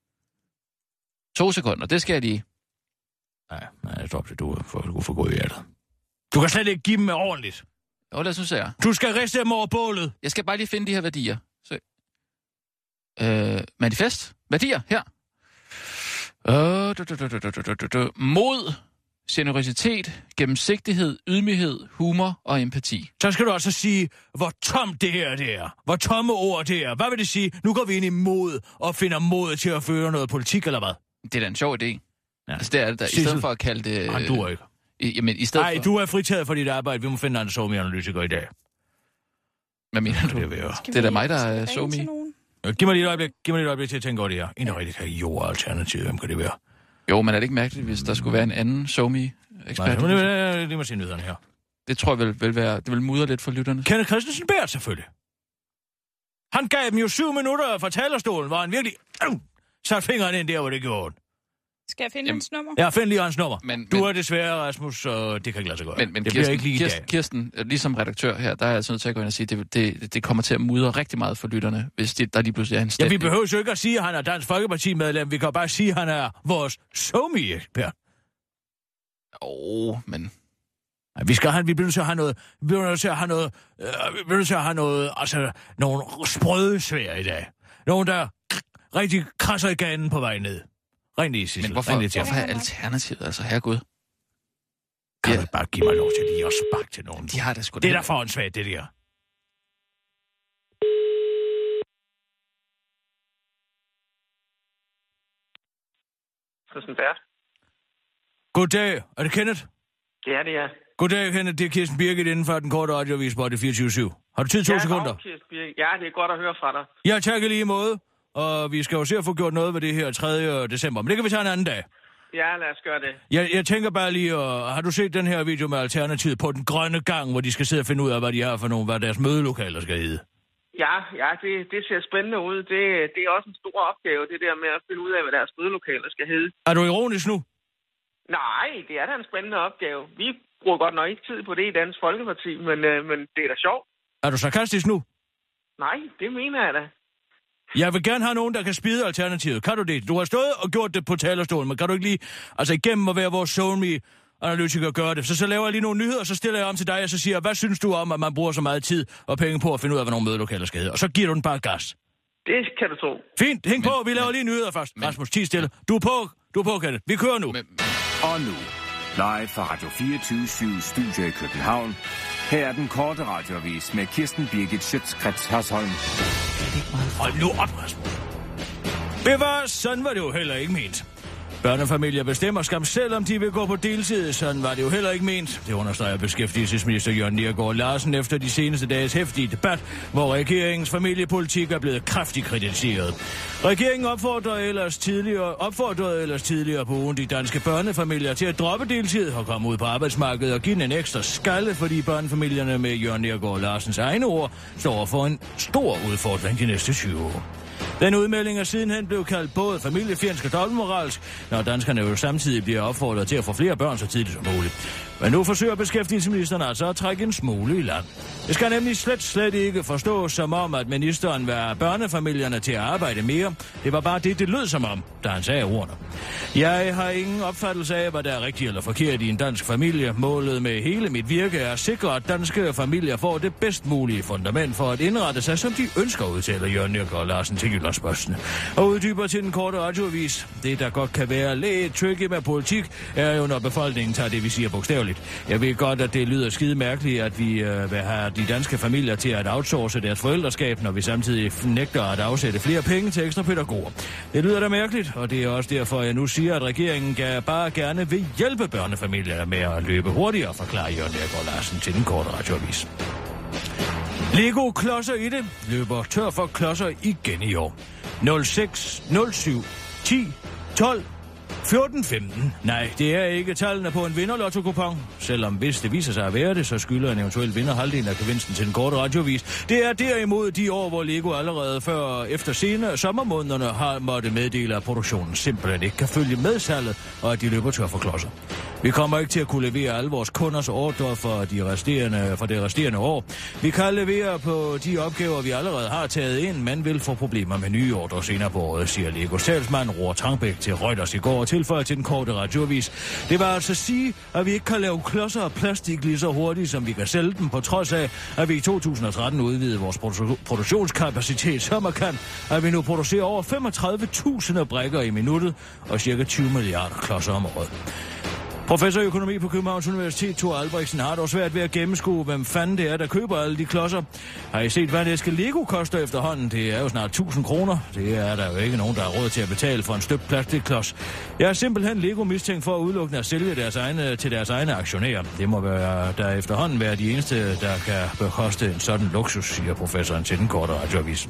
To sekunder, det skal jeg lige. Nej, nej, stop det, du får for gå i hjertet. Du kan slet ikke give dem ordentligt. Jo, lad os nu se her. Du skal riste dem over bålet. Jeg skal bare lige finde de her værdier. Så. Øh, manifest. Værdier, her. Øh, du, du, du, du, du, du, du. Mod, generøsitet, gennemsigtighed, ydmyghed, humor og empati. Så skal du også sige, hvor tomt det her det er. Hvor tomme ord det er. Hvad vil det sige? Nu går vi ind i mod og finder mod til at føre noget politik, eller hvad? Det er da en sjov idé. Ja. Altså, det er det der. I Sissel. stedet for at kalde det... Nej, du er ikke. I, jamen, i stedet Nej, for... du er fritaget for dit arbejde. Vi må finde en somi-analytiker i dag. Hvad mener du? Det, det er da mig, der er somi. Giv mig lige et øjeblik. Giv mig lige et øjeblik til at tænke over det her. En rigtig kan jo alternativ. Hvem kan det være? Jo, men er det ikke mærkeligt, hvis der skulle være en anden somi-ekspert? Nej, det, det må se nyhederne her. Det tror jeg vil, vil være... Det vil mudre lidt for lytterne. Kenneth Christensen Bært, selvfølgelig. Han gav dem jo syv minutter fra talerstolen, hvor han virkelig øh, satte fingeren ind der, hvor det gjorde. Skal jeg finde Jamen, hans nummer? Ja, find lige hans nummer. Men, du men, er desværre, Rasmus, og det kan ikke lade sig gøre. Men, men det Kirsten, bliver ikke lige Kirsten, Kirsten, ligesom redaktør her, der er jeg sådan nødt til at gå ind og sige, det, det, det kommer til at mudre rigtig meget for lytterne, hvis det, der lige pludselig er en stat. Ja, vi behøver jo ikke at sige, at han er Dansk Folkeparti-medlem. Vi kan bare sige, at han er vores somi-ekspert. Åh, oh, men... Ja, vi skal have, vi bliver nødt til at have noget, vi bliver nødt til at have noget, øh, vi bliver nødt til at have noget, altså, nogle sprøde svær i dag. Nogen, der rigtig krasser i ganen på vej ned. Ring lige, Sissel. Men hvorfor, hvorfor er alternativet, altså herregud? Kan ja. du bare give mig lov til lige at sparke til nogen? De har det sgu det er der for en svag, det der. Christensen Bært. Goddag. Er det Kenneth? Det er det, ja. Goddag, Kenneth. Det er Kirsten Birgit inden for den korte radioavis på det fireogtyve syv. Har du tid to ja, sekunder? Ja, det er godt at høre fra dig. Ja, tak i lige måde. Og vi skal jo se at få gjort noget ved det her tredje december. Men det kan vi tage en anden dag. Ja, lad os gøre det. Jeg, jeg tænker bare lige, uh, har du set den her video med Alternativet på den grønne gang, hvor de skal sidde og finde ud af, hvad de har for nogle, hvad deres mødelokaler skal hedde? Ja, ja, det, det ser spændende ud. Det, det er også en stor opgave, det der med at finde ud af, hvad deres mødelokaler skal hedde. Er du ironisk nu? Nej, det er da en spændende opgave. Vi bruger godt nok ikke tid på det i Dansk Folkeparti, men, øh, men det er da sjovt. Er du sarkastisk nu? Nej, det mener jeg da. Jeg vil gerne have nogen, der kan spide Alternativet. Kan du det? Du har stået og gjort det på talerstolen, men kan du ikke lige, altså igennem at være vores somi-analytiker gøre det? Så så laver jeg lige nogle nyheder, og så stiller jeg om til dig, og så siger jeg, hvad synes du om, at man bruger så meget tid og penge på at finde ud af, hvad nogle mødelokaler skal hedde? Og så giver du den bare gas. Det kan du tro. Fint, hæng men, på, vi laver men, lige nyheder først. Men, Rasmus, ti stille. Du er på, du er på, Kenneth. Vi kører nu. Men, og nu, live fra Radio fireogtyve syv Studio i København. Her er den korte radioavis med Kirsten Birgit Schøtz-Krets Hørsholm. Hold nu op, Rasmus. Bevares, sådan var det jo heller ikke ment. Børnefamilier bestemmer skam selv, om de vil gå på deltid. Sådan var det jo heller ikke ment. Det understreger beskæftigelsesminister Jørgen Neergaard Larsen efter de seneste dages heftige debat, hvor regeringens familiepolitik er blevet kraftigt kritiseret. Regeringen opfordrede ellers tidligere, opfordrede ellers tidligere på ugen de danske børnefamilier til at droppe deltid og komme ud på arbejdsmarkedet og give den en ekstra skalle, fordi børnefamilierne med Jørgen Neergaard Larsens egne ord står for en stor udfordring de næste tyve år. Den udmelding er sidenhen blev kaldt både familiefjendsk og dobbeltmoralsk, når danskerne jo samtidig bliver opfordret til at få flere børn så tidligt som muligt. Men nu forsøger beskæftigelsesministeren altså at trække en smule i land. Det skal nemlig slet, slet ikke forstås som om, at ministeren vil have børnefamilierne til at arbejde mere. Det var bare det, det lød som om, da han sagde ordene. Jeg har ingen opfattelse af, hvad der er rigtigt eller forkert i en dansk familie. Målet med hele mit virke er at sikre, at danske familier får det bedst mulige fundament for at indrette sig, som de ønsker, udtaler Jørgen Neergaard Larsen til Jyllands-Posten. Og uddyber til den korte radioavis. Det, der godt kan være lidt tricky med politik, er jo, når befolkningen tager det, vi siger bogstaveligt. Jeg ved godt, at det lyder skide mærkeligt, at vi øh, vil have de danske familier til at outsource deres forældreskab, når vi samtidig nægter at afsætte flere penge til ekstra pædagoger. Det lyder da mærkeligt, og det er også derfor, jeg nu siger, at regeringen kan bare gerne vil hjælpe børnefamilier med at løbe hurtigere, forklarer Jørgen Neergaard Larsen til den korte radioavis. Lego klodser i det løber tør for klodser igen i år. nul seks nul syv ti tolv fjorten femten. Nej, det er ikke tallene på en vinderlottokupon. Selvom hvis det viser sig at være det, så skylder en eventuel vinder halvdelen af gevinsten til den korte radiovis. Det er derimod de år, hvor Lego allerede før og efter senere sommermånederne har måttet meddele, at produktionen simpelthen ikke kan følge med salget, og at de løber tør for klodser. Vi kommer ikke til at kunne levere alle vores kunders ordre for, de resterende, for det resterende år. Vi kan levere på de opgaver, vi allerede har taget ind, men vil få problemer med nye ordre senere på året, siger Legos talsmand Roar Trangbæk til Reuters i går og tilføjer til den korte radioavis. Det var altså sige, at vi ikke kan lave klodser af plastik lige så hurtigt, som vi kan sælge dem, på trods af, at vi i to tusind og tretten udvidede vores produ- produktionskapacitet så markant, at vi nu producerer over femogtredive tusind brikker i minuttet og cirka tyve milliarder klodser om året. Professor i økonomi på Københavns Universitet, Thor Albrechtsen, har dog svært ved at gennemskue, hvem fanden det er, der køber alle de klodser. Har I set, hvad en æske Lego koster efterhånden? Det er jo snart tusind kroner. Det er der jo ikke nogen, der har råd til at betale for en støbt plastikklods. Jeg er simpelthen Lego mistænkt for at udelukkende at sælge deres egne, til deres egne aktionærer. Det må være, der efterhånden være de eneste, der kan bekoste en sådan luksus, siger professoren til den korte radioavis.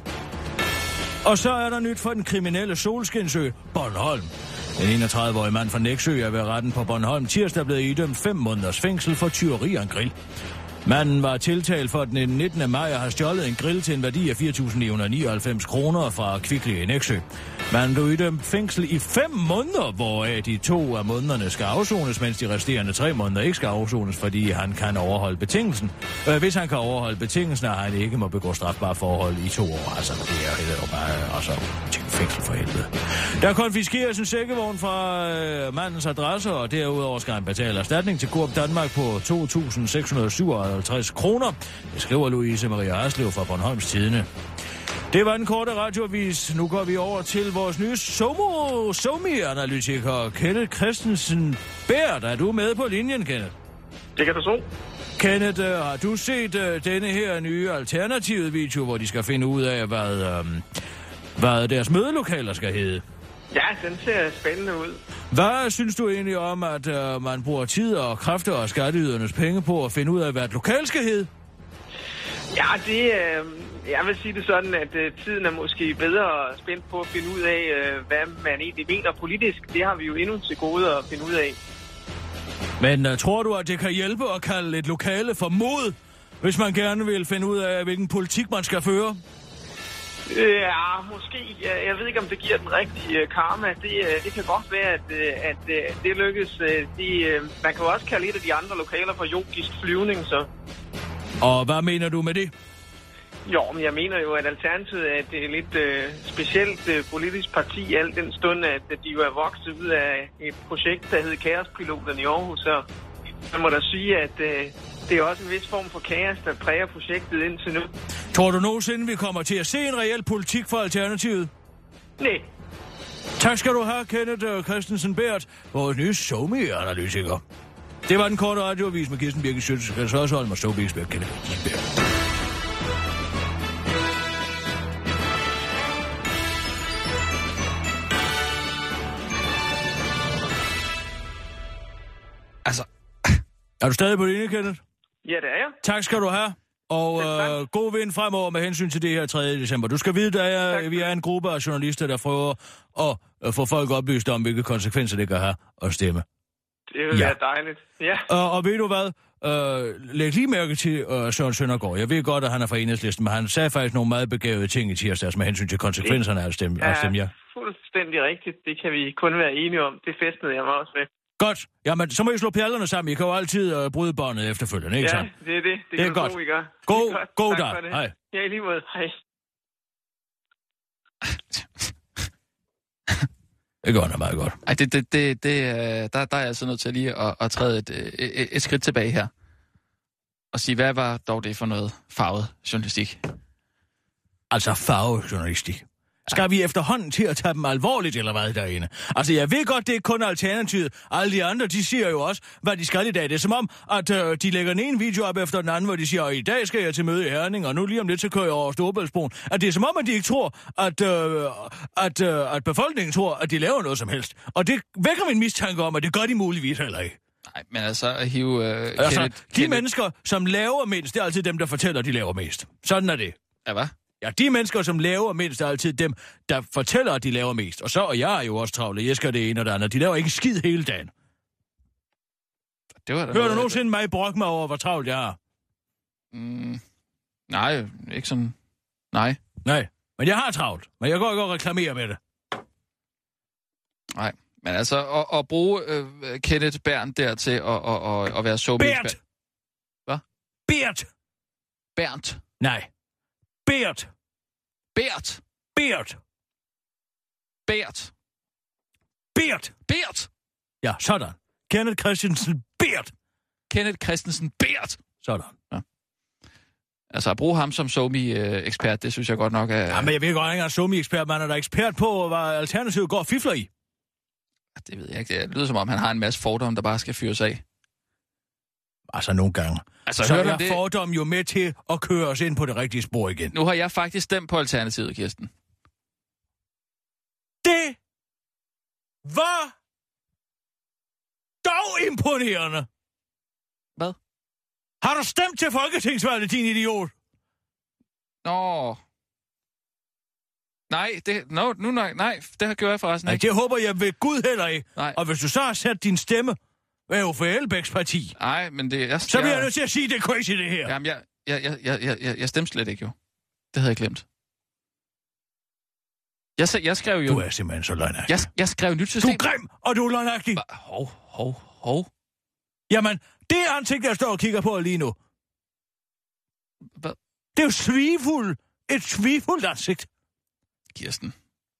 Og så er der nyt for den kriminelle solskinsø, Bornholm. Den enogtredive-årige mand fra Nexø er ved retten på Bornholm tirsdag blevet idømt fem måneders fængsel for tyveri af en grill. Manden var tiltalt for den nittende maj og har stjålet en grill til en værdi af fire tusind ni hundrede nioghalvfems kroner fra Kvickly i Nexø. Manden blev idømt fængsel i fem måneder, hvoraf de to af månederne skal afsones, mens de resterende tre måneder ikke skal afsones, fordi han kan overholde betingelsen. Øh, hvis han kan overholde betingelsen, er han ikke må begå strafbare forhold i to år. Altså, det er jo bare altså, til fængsel for helvede. Der konfiskeres en sækkevogn fra øh, mandens adresse, og derudover skal han betale erstatning til Coop Danmark på to tusind seks hundrede syvoghalvtreds kroner. Det skriver Louise Maria Arslev fra Bornholms Tidende. Det var den korte radioavis. Nu går vi over til vores nye Somo, Somi-analytiker, Kenneth Christensen Bært. Er du med på linjen, Kenneth? Det kan du så. Kenneth, har du set uh, denne her nye alternative video, hvor de skal finde ud af, hvad, um, hvad deres mødelokaler skal hedde? Ja, den ser spændende ud. Hvad synes du egentlig om, at uh, man bruger tid og kræfter og skatteydernes penge på at finde ud af, hvad et lokal skal hedde? Ja, det, øh, jeg vil sige det sådan, at øh, tiden er måske bedre spændt på at finde ud af, øh, hvad man egentlig mener politisk. Det har vi jo endnu til gode at finde ud af. Men uh, tror du, at det kan hjælpe at kalde et lokale for mod, hvis man gerne vil finde ud af, hvilken politik man skal føre? Ja, måske. Jeg ved ikke, om det giver den rigtige karma. Det, det kan godt være, at, at det lykkes. De, man kan jo også kalde et af de andre lokaler for yogisk flyvning, så... Og hvad mener du med det? Jo, men jeg mener jo, at Alternativet er et, et lidt øh, specielt øh, politisk parti, al den stund, at de jo er vokset ud af et projekt, der hed Kaospiloterne i Aarhus. Så man må da sige, at øh, det er også en vis form for kaos, der præger projektet indtil nu. Tror du nogensinde, vi kommer til at se en reel politik for Alternativet? Nej. Tak skal du have, Kenneth Christensen Bært, vores nye Somi-analytiker. Det var den korte radioavis med Kirsten Birgit Schøtz, Krets Hørsholm og Somi-ekspert Kenneth Christensen Bært. Altså... Er du stadig på linje, Kenneth? Ja, det er jeg. Tak skal du have. Og øh, god vind fremover med hensyn til det her tredje december. Du skal vide, at vi er en gruppe af journalister, der prøver at øh, få folk oplyst om, hvilke konsekvenser det kan have at stemme. Det vil ja. være dejligt, ja. Og, og ved du hvad? Øh, læg lige mærke til øh, Søren Søndergaard. Jeg ved godt, at han er fra Enhedslisten, men han sagde faktisk nogle meget begavede ting i tirsdags med hensyn til konsekvenserne af at stemme ja. At stemme ja. Fuldstændig rigtigt. Det kan vi kun være enige om. Det festnede jeg mig også med. Godt. Jamen, så må I slå pjallerne sammen. I kan jo altid øh, bryde båndet efterfølgende, ikke ja, sant? Ja, det er det. Det, det er godt. God, I gør. God, godt. god tak dag. Hej. Ja, i lige måde. Hej. Det går da meget godt. Ej, det, det, det, det, der, der er jeg altså nødt til lige at, at træde et, et, et skridt tilbage her. Og sige, hvad var dog det for noget farvet journalistik? Altså farvet journalistik. Skal vi efterhånden til at tage dem alvorligt, eller hvad derinde? Altså, jeg ved godt, det er kun Alternativet. Alle de andre, de siger jo også, hvad de skal i dag. Det er som om, at øh, de lægger den ene video op efter den anden, hvor de siger, i dag skal jeg til møde i Herning, og nu lige om lidt, så kører jeg over Storebæltsbroen. At det er som om, at de ikke tror, at, øh, at, øh, at befolkningen tror, at de laver noget som helst. Og det vækker min mistanke om, at det gør de muligvis heller ikke. Nej, men altså at hive... Øh, altså, Kenneth, de Kenneth... mennesker, som laver mindst, det er altid dem, der fortæller, at de laver mest. Sådan er det. Ja, hvad? Ja, de mennesker, som laver mindst, er altid dem, der fortæller, at de laver mest. Og så, og jeg er jo også travle, jeg skal det ene og det andet. De laver ikke skid hele dagen. Det var da Hører du nogensinde mig brokke mig over, hvor travlt jeg er? Mm, nej, ikke sådan... Nej. Nej, men jeg har travlt. Men jeg går ikke og reklamerer med det. Nej, Men altså, at, at bruge øh, Kenneth Bern der til at, at, at, at være somi-ekspert... Bert! Hvad? Bert! Bernt. Nej. Bert! Bert! Bert! Bert! Bert! Bert! Ja, sådan. Kenneth Christensen Bert! Kenneth Christensen Bert! Sådan. Ja. Altså, at bruge ham som somi-ekspert, det synes jeg godt nok er... Ja, men jeg ved godt ikke, at somi-ekspert, man er der ekspert på, hvad Alternativet går og fifler i. Det ved jeg ikke. Det lyder som om, han har en masse fordomme, der bare skal fyres af. Altså, nogle gange. Altså, så er det... fordomme jo med til at køre os ind på det rigtige spor igen. Nu har jeg faktisk stemt på Alternativet, Kirsten. Det var dog imponerende. Hvad? Har du stemt til folketingsvalget, din idiot? Nå... Nej, det, no, nu, nej, nej, det har gjort jeg forresten nej, ikke. det håber jeg ved Gud heller ikke. Nej. Og hvis du så har sat din stemme ved Uffe Elbæks parti, nej, men det... Jeg, så bliver jeg, jeg nødt til at sige, at det er crazy, det her. Jamen, jeg, jeg, jeg, jeg, jeg, jeg stemte slet ikke, jo. Det havde jeg glemt. Jeg, jeg skrev jo... Du er simpelthen så løgnagtig. Jeg, jeg skrev nyt system. Du er grim, og du er løgnagtig. Hov, hov, hov. Jamen, det ansigt, jeg står og kigger på lige nu. Hvad? Det er jo svigfuld. Et svigfuldt ansigt. Kirsten.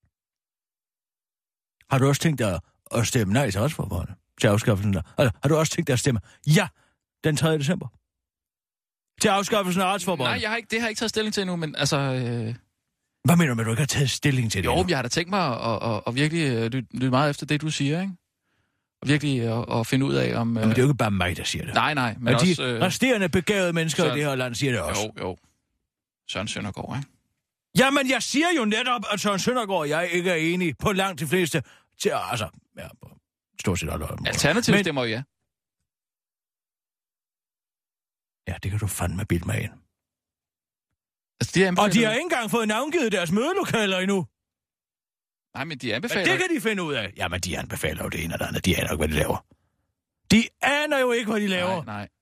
Har du også tænkt dig at stemme nej til retsforbeholdet? Til afskaffelsen der? Eller har du også tænkt dig at stemme ja den tredje december? Til afskaffelsen af retsforbeholdet? Nej, jeg har ikke, det har jeg ikke taget stilling til endnu, men altså... Øh... Hvad mener du med, at du ikke har taget stilling til det? Jo, men jeg har da tænkt mig at, at, at virkelig lytte, lytte meget efter det, du siger, ikke? Og virkelig at, at finde ud af, om... Øh... Men det er jo ikke bare mig, der siger det. Nej, nej, men og også... de øh... resterende begavede mennesker Søren... i det her land siger det også. Jo, jo. Søren Søndergaard, ikke? Jamen, jeg siger jo netop, at Søren Søndergaard og jeg ikke er enige på langt de fleste... Til, altså, ja, stort set alle områder. Alternativt men... stemmer jo ja. Ja, det kan du fandme bilde mig ind. Altså, de og de har ikke engang fået navngivet deres mødelokaler endnu. Nej, men de anbefaler... Men det kan de finde ud af. Jamen, de anbefaler jo det ene og det andet. De aner ikke, hvad de laver. De aner jo ikke, hvad de laver. Nej, nej.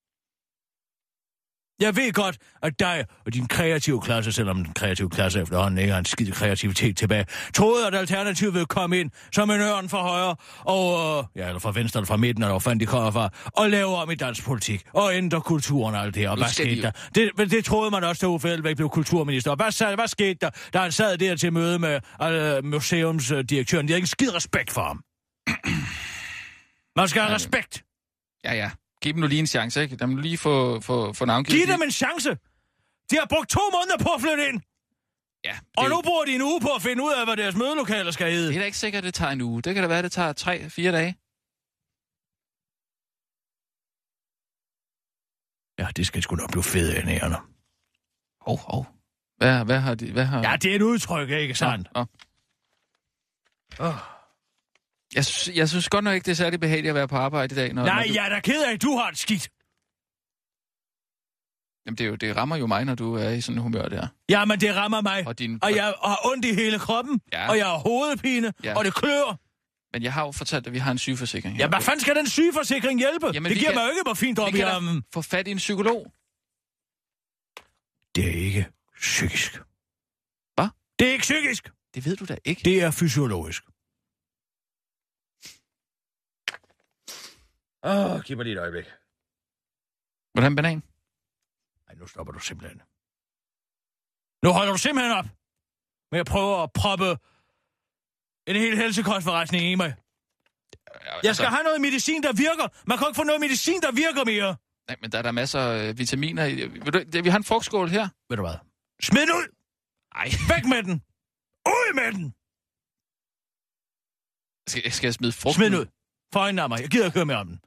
Jeg ved godt, at dig og din kreative klasse, selvom den kreative klasse efterhånden ikke har en skide kreativitet tilbage, troede, at Alternativet ville komme ind som en ørn fra højre, og, ja, eller fra venstre, eller fra midten, eller hvor fanden de kommer fra, og lave om i dansk politik, og ændre kulturen og alt det her. Og hvad skete de... der? Det, det troede man også, da Uffe Elbæk blev kulturminister. Og hvad, hvad skete der, da han sad der til møde med uh, museumsdirektøren? De havde ikke skide respekt for ham. Man skal have respekt. Ja, ja. Giv dem nu lige en chance, ikke? De må lige få, få, få navngivet. Giv dem en chance! De har brugt to måneder på at flytte ind! Ja. Og nu bruger de en uge på at finde ud af, hvad deres mødelokaler skal hedde. Det er da ikke sikkert, at det tager en uge. Det kan da være, at det tager tre, fire dage. Ja, det skal sgu nok blive fede af nærende. Hov, hov. Hvad, hvad har de... Hvad har... Ja, det er et udtryk, ikke sandt? Åh. Oh. Oh. Jeg, synes, jeg synes godt nok ikke, det er særlig behageligt at være på arbejde i dag. Når, Nej, når du... jeg er da ked af, at du har et skidt. Jamen, det, er jo, det rammer jo mig, når du er i sådan en humør der. Ja, men det rammer mig. Og, din... og jeg har ondt i hele kroppen, ja. Og jeg har hovedpine, ja. Og det klør. Men jeg har jo fortalt, at vi har en sygeforsikring her. Ja, hvad fanden skal den sygeforsikring hjælpe? Jamen, det giver kan... mig jo ikke, hvor fint op i armen. Få fat i en psykolog. Det er ikke psykisk. Hvad? Det er ikke psykisk. Det ved du da ikke. Det er fysiologisk. Åh, oh, giv mig lige et øjeblik. Hvordan banan? Nej, nu stopper du simpelthen. Nu holder du simpelthen op med at prøve at proppe en hel helsekostforretning i mig. Jeg skal have noget medicin, der virker. Man kan ikke få noget medicin, der virker mere. Nej, men der er der masser af vitaminer i. Vi har en frugtskål her. Ved du hvad? Smid den ud! Ej. Væk med den! Ud med den! Skal, skal jeg smide frugt? Smid den ud. For øjnene af mig. Jeg gider ikke høre mere om den.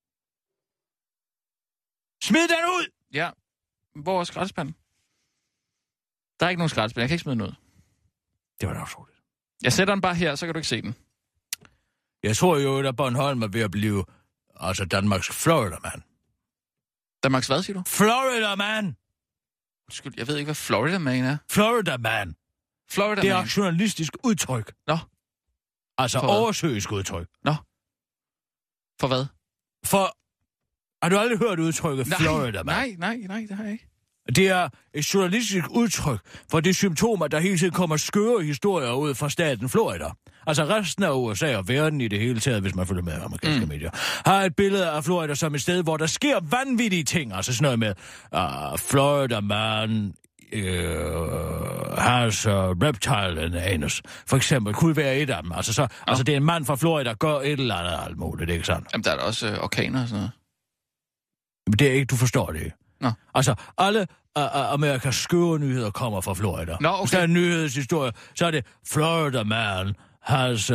Smid den ud! Ja. Hvor er skraldespanden? Der er ikke nogen skraldespand. Jeg kan ikke smide den ud. Det var da også roligt. Jeg sætter den bare her, så kan du ikke se den. Jeg tror jo, at Bornholm er ved at blive altså Danmarks Florida-man. Danmarks hvad, siger du? Florida-man! Undskyld, jeg ved ikke, hvad Florida-man er. Florida-man. Florida-man. Det er et journalistisk udtryk. Nå. Altså oversøisk udtryk. Nå. For hvad? For... Har du aldrig hørt udtrykket nej, Florida-man? Nej, nej, nej, det har jeg ikke. Det er et journalistisk udtryk for de symptomer, der hele tiden kommer skøre historier ud fra staten Florida. Altså resten af U S A og verden i det hele taget, hvis man følger med amerikanske mm. medier, har et billede af Florida som et sted, hvor der sker vanvittige ting. Altså sådan noget med uh, Florida man uh, has uh, reptile anus. For eksempel kunne være et af dem. Altså, så, ja. altså det er en mand fra Florida, der gør et eller andet alt muligt, ikke sandt? Jamen der er der også uh, orkaner og sådan noget. Men det er ikke, du forstår det ikke. Nå. Altså, alle uh, uh, Amerikas skøre nyheder kommer fra Florida. Nå, okay. Hvis der er en nyhedshistorie, så er det Florida man has uh,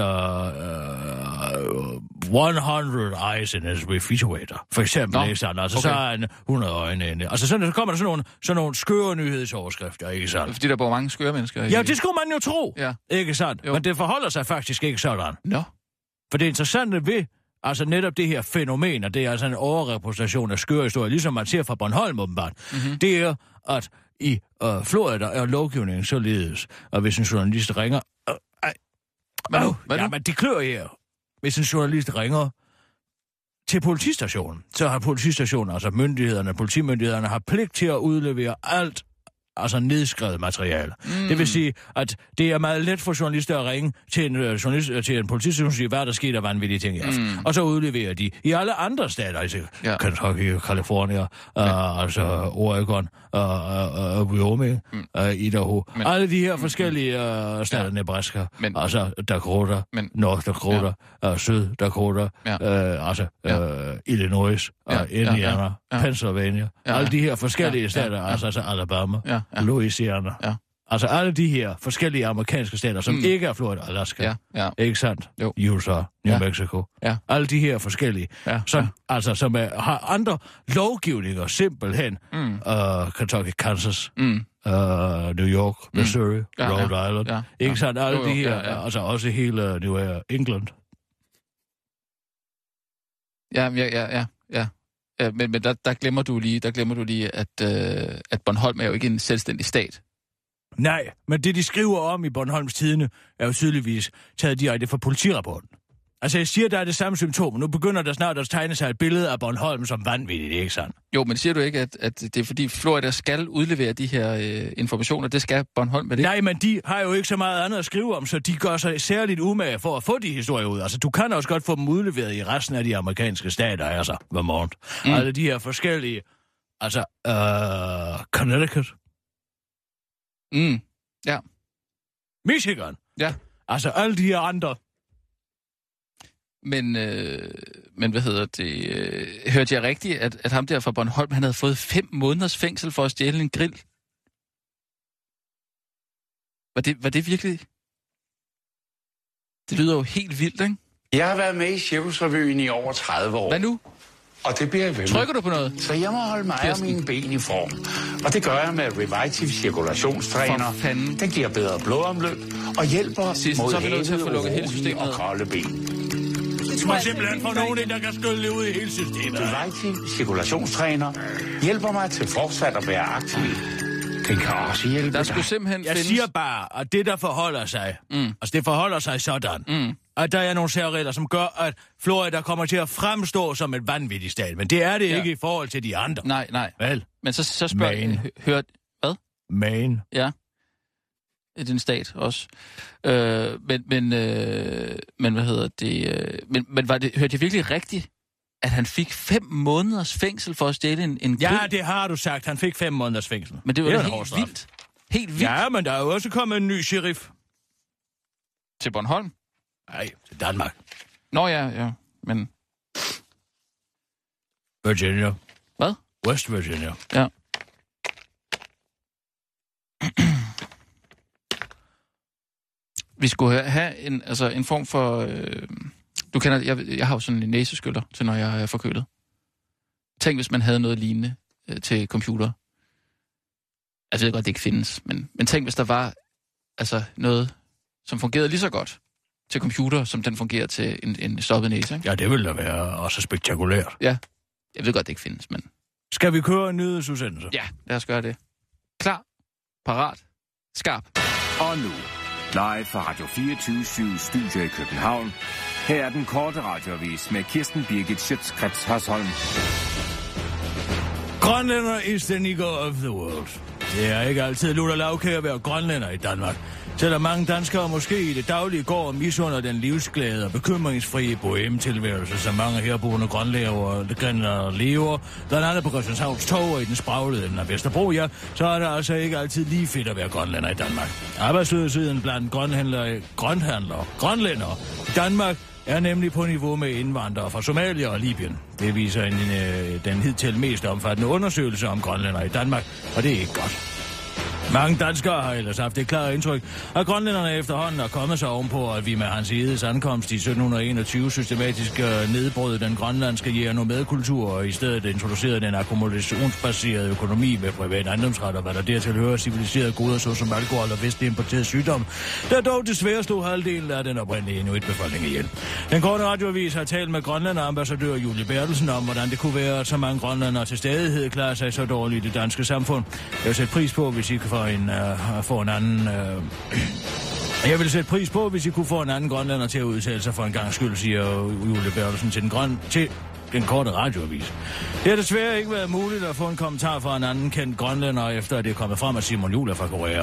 uh, hundrede eyes in his refrigerator. For eksempel, ikke sandt? Altså, okay. Så er han hundrede øjne inde. Altså, sådan, så kommer der sådan nogle, sådan nogle skøre nyhedsoverskrifter, ikke sandt? Fordi der bor mange skøre mennesker. Ja, det skulle man jo tro. Ja. Ikke sandt? Jo. Men det forholder sig faktisk ikke sådan. Nå. For det interessante ved altså netop det her fænomen, og det er altså en overrepræsentation af skøre historier, ligesom man ser fra Bornholm åbenbart, mm-hmm. det er, at i uh, Florida er lovgivningen således, og hvis en journalist ringer... Uh, ej, Hvad nu? Hvad ja, nu? men det klør her. Hvis en journalist ringer til politistationen, så har politistationen, altså myndighederne, politimyndighederne, har pligt til at udlevere alt, altså nedskrevet materiale. Mm. Det vil sige, at det er meget let for journalister at ringe til en, uh, journalist, uh, til en politistation og sige, hvad der sker, der vanvittige ting i aften. Mm. Og så udleverer de i alle andre stater, altså ja. Kentucky, California, uh, ja. altså Oregon, uh, uh, uh, Wyoming, mm. uh, Idaho. Men, alle de her forskellige uh, stater, ja. Nebraska, men, altså Dakota, men, North Dakota, ja. uh, Syd Dakota, ja. uh, altså uh, ja. Illinois, uh, ja. Indiana, ja. Ja. Ja. Pennsylvania. Ja. Alle de her forskellige ja. stater, ja. altså, altså Alabama. Ja. Ja. Louisiana. Ja. Altså alle de her forskellige amerikanske stater, som mm. ikke er Florida og Alaska. Ja. Ja. Ikke sandt? Jo. U S A, New ja. Mexico. Ja. Alle de her forskellige, ja. som, ja. altså, som er, har andre lovgivninger simpelthen. Mm. Uh, Kentucky, Kansas, mm. uh, New York, Missouri, mm. ja, Rhode ja. Island. Ja. Ikke ja. sandt? Alle jo, jo. de her, ja, ja. altså også hele New England. Ja, ja, ja, ja. ja. Ja, men, men der, der glemmer du lige, der glemmer du lige, at, øh, at Bornholm er jo ikke en selvstændig stat. Nej, men det de skriver om i Bornholms Tidende, er jo tydeligvis taget direkte fra politirapporten. Altså jeg siger, der er det samme symptom. Nu begynder der snart at tegne sig et billede af Bornholm som vanvittigt, ikke sandt? Jo, men siger du ikke, at, at det er fordi Florida skal udlevere de her øh, informationer? Det skal Bornholm med det? Nej, men de har jo ikke så meget andet at skrive om, så de gør sig særligt umage for at få de historier ud. Altså du kan også godt få dem udleveret i resten af de amerikanske stater, altså Vermont. Mm. Altså de her forskellige, altså øh, Connecticut. Mm, ja. Michigan. Ja. Altså alle de her andre. Men, øh, men hvad hedder det? Øh, hørte jeg rigtigt, at, at ham der fra Bornholm, han havde fået fem måneders fængsel for at stjæle en grill? Var det, var det virkelig? Det lyder jo helt vildt, ikke? Jeg har været med i Cirkusrevyen i over tredive år. Hvad nu? Og det bliver jeg ved med. Trykker du på noget? Så jeg må holde mig og mine ben i form. Og det gør jeg med Revitive cirkulationstræner. Den giver bedre blodomløb og hjælper Sidst, mod hævede og kolde ben. Du må simpelthen få nogen ind, der kan skylle ud i hele systemet. Revitive cirkulationstræner hjælper mig til fortsat at være aktiv. Den kan også hjælpe der skulle simpelthen Jeg findes... siger bare, at det der forholder sig, mm. altså det forholder sig sådan, mm. at der er nogle særregler, som gør, at Florida kommer til at fremstå som et vanvittigt stat. Men det er det ja. ikke i forhold til de andre. Nej, nej. Vel? Men så, så spørger jeg, hørt... Hvad? Maine. Ja. Det er en stat også. Øh, men, men, øh, men hvad hedder det? Øh, men, men var det, hørte jeg virkelig rigtigt, at han fik fem måneders fængsel for at stjæle en, en grill? Ja, det har du sagt. Han fik fem måneders fængsel. Men det var det helt vildt. Helt vildt. Ja, men der er jo også kommet en ny sheriff. Til Bornholm? Nej, til Danmark. Nå ja, ja, men... Virginia. Hvad? West Virginia. Ja. Vi skulle have en, altså en form for... Øh, du kender, jeg, jeg har jo sådan en næseskylder til, når jeg er forkølet. Tænk, hvis man havde noget lignende øh, til computer. Jeg ved godt, det ikke findes, men, men tænk, hvis der var altså noget, som fungerede lige så godt til computer, som den fungerer til en, en stoppet næse. Ikke? Ja, det ville da være også spektakulært. Ja, jeg ved godt, det ikke findes, men... Skal vi køre en nyhedsudsendelse? Ja, lad os gøre det. Klar, parat, skarp. Og nu, live fra Radio fireogtyve syv Studio i København. Her er den korte radioavis med Kirsten Birgit Schøtz-Krets Hasholm. Grønlænder is the nigger of the world. Det er ikke altid lutter lavkage at være grønlænder i Danmark. Selvom mange danskere måske i det daglige går og misunder den livsglade og bekymringsfrie boheme-tilværelse, som mange herboende grønlænder lever, blandt andet på Christianshavns Torv og i den spraglede enden af Vesterbro, ja, så er det altså ikke altid lige fedt at være grønlænder i Danmark. Arbejdsløsheden blandt grønhandlere, grønhandlere, grønlændere i Danmark er nemlig på niveau med indvandrere fra Somalia og Libyen. Det viser en, øh, den hidtil mest omfattende undersøgelse om grønlænder i Danmark, og det er ikke godt. Mange danskere har ellers haft det klare indtryk, at grønlænderne efterhånden er kommet sig ovenpå, at vi med Hans Egedes ankomst i sytten enogtyve systematisk nedbrød den grønlandske jæger-nomadkultur og i stedet introducerede den akkumulationsbaserede økonomi med privat ejendomsret og hvad der dertil hører civiliserede goder såsom alkohol og vestlig importeret sygdom, der dog desværre stod halvdelen af den oprindelige inuit-befolkning ihjel. Den korte radioavis har talt med Grønlander-ambassadør Julie Bertelsen om, hvordan det kunne være, at så mange grønlandere til stadighed klarer sig så dårligt i det danske samfund. Jeg vil sætte pris på, hvis I kan få en, uh, få en anden... Uh... Jeg vil sætte pris på, hvis I kunne få en anden grønlander til at udtale sig for en gang skyld, siger Julie Bertelsen til den, grøn... til den korte radioavis. Det har desværre ikke været muligt at få en kommentar fra en anden kendt grønlænder, efter at det er kommet frem af Simon Juhl fra Korea.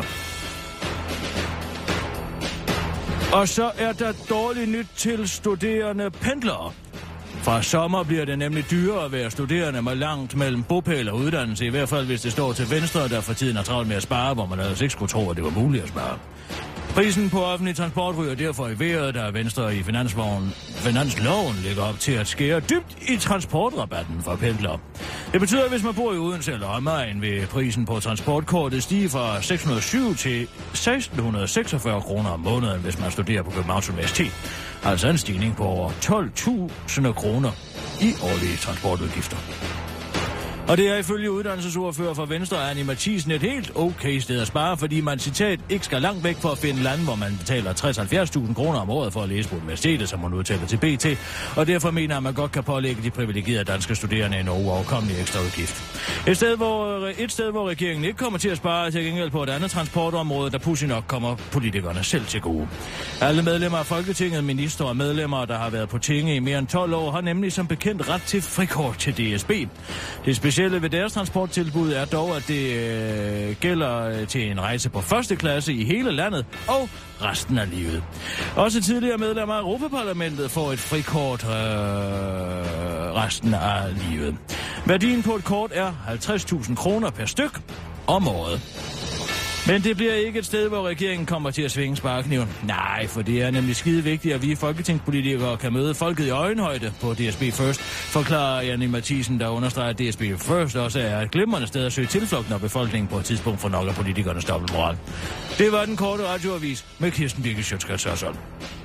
Og så er der dårligt nyt til studerende pendlere. Fra sommer bliver det nemlig dyrere at være studerende med langt mellem bopæl og uddannelse, i hvert fald hvis det står til venstre, der for tiden er travlt med at spare, hvor man ellers ikke skulle tro, at det var muligt at spare. Prisen på offentlig transport ryger derfor i vejret, da Venstre i finansloven ligger op til at skære dybt i transportrabatten for pendlere. Det betyder, at hvis man bor i Odense eller omegn, vil prisen på transportkortet stige fra seks hundrede og syv til seksten seksogfyrre kroner om måneden, hvis man studerer på Københavns Universitet. Altså en stigning på over tolv tusind kroner i årlige transportudgifter. Og det er ifølge uddannelsesordfører for Venstre, Annie Mathisen, et helt okay sted at spare, fordi man, citat, ikke skal langt væk for at finde lande, hvor man betaler tres til halvfjerds tusind kroner om året for at læse på universitetet, som hun udtaler til B T, og derfor mener at man godt kan pålægge de privilegerede danske studerende en uoverkommelig ekstra udgift. Et sted, hvor, et sted, hvor regeringen ikke kommer til at spare, til gengæld på et andet transportområde, der pudsigt nok kommer politikerne selv til gode. Alle medlemmer af Folketinget, minister og medlemmer, der har været på tinge i mere end tolv år, har nemlig som bekendt ret til frikort til D S B. Det specielle ved deres transporttilbud er dog, at det øh, gælder til en rejse på første klasse i hele landet og resten af livet. Også tidligere medlemmer af Europaparlamentet får et frikort øh, resten af livet. Værdien på et kort er halvtreds tusind kroner per styk om året. Men det bliver ikke et sted, hvor regeringen kommer til at svinge sparekniven. Nej, for det er nemlig skide vigtigt, at vi folketingspolitikere kan møde folket i øjenhøjde på D S B First, forklarer Annie Mathisen, der understreger, at D S B First også er et glimrende sted at søge tilflugt, når befolkningen på et tidspunkt får nok af politikernes dobbeltmoral. Det var den korte radioavis med Kirsten Birgit Schøtzgrads Hørsholm.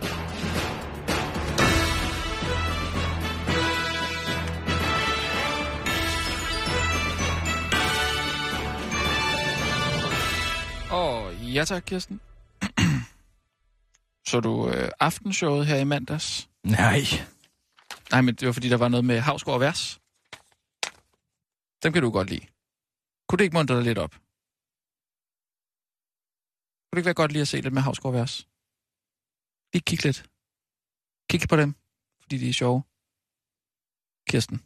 Åh, ja tak, Kirsten. Så du øh, aftenshowet her i mandags? Nej. Nej, men det var fordi, der var noget med Hausgaard og Vers. Dem kan du godt lide. Kunne det ikke muntre dig lidt op? Kunne det ikke være godt lige at se lidt med Hausgaard og Vers? Lige kig lidt. Kig på dem, fordi de er sjove. Kirsten.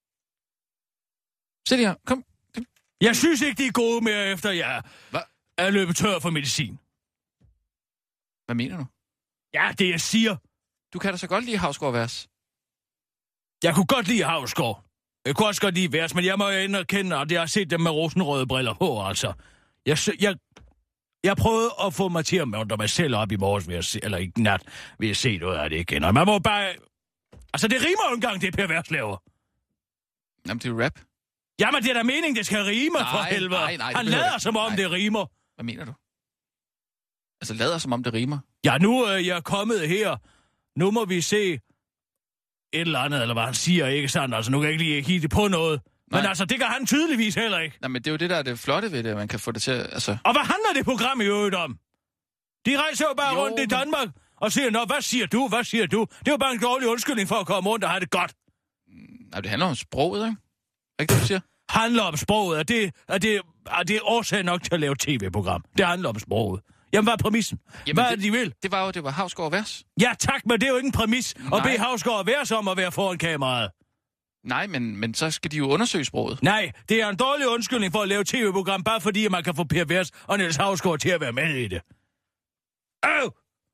Se lige her, kom. Jeg synes ikke, de er gode mere, efter jeg Hva? er løbet tør for medicin. Hvad mener du? Ja, det jeg siger. Du kan da så godt lide Hausgaard og Vers. Jeg kunne godt lide Hausgaard. Jeg kunne også godt lide Vers, men jeg må jo ind og kende, at jeg har set dem med rosenrøde briller på, altså. Jeg, jeg, jeg prøvede at få mig til at mønte mig selv op i morges, ved at se, eller i nat, ved at se noget af det igen. Og man må bare... Altså, det rimer jo engang, det Per Vers laver. Jamen, det er rap. Jamen, det er da meningen, det skal rime, nej, for helvede. Nej, nej, Han lader som om, nej. det rimer. Hvad mener du? Altså, lader som om, det rimer? Ja, nu er jeg kommet her. Nu må vi se et eller andet, eller hvad han siger, ikke sandt? Altså, nu kan jeg ikke lige hitte på noget. Nej. Men altså, det kan han tydeligvis heller ikke. Nej, men det er jo det, der er det flotte ved det, at man kan få det til, altså... Og hvad handler det program i øvrigt om? De rejser jo bare jo, rundt men... i Danmark og siger, nå, hvad siger du, hvad siger du? Det er jo bare en dårlig undskyldning for at komme rundt og have det godt. Nej, det handler om sproget, ikke? Ikke det, du siger? Handler om sproget, er det, er det, er det årsag nok til at lave tv-program? Det handler om sproget. Jamen, hvad er præmissen? Jamen, hvad er det, de vil? Det var jo, det var Hausgaard og Vers. Ja, tak, men det er jo ikke en præmis Nej. at bede Hausgaard og Vers om at være foran kameraet. Nej, men, men så skal de jo undersøge sproget. Nej, det er en dårlig undskyldning for at lave tv-program, bare fordi man kan få Per Vers og Niels Hausgaard til at være med i det. Øv!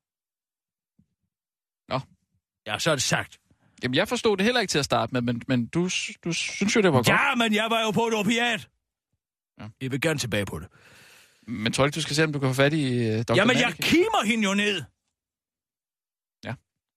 Nå. Ja, så er det sagt. Jamen, jeg forstod det heller ikke til at starte med, men, men du, du synes jo, det var godt. Ja, men jeg var jo på et opiat. Ja. Jeg vil gerne tilbage på det. Men tror du ikke, du skal se, om du kan få fat i uh, doktor Jamen, jeg kimer hende jo ned. Ja.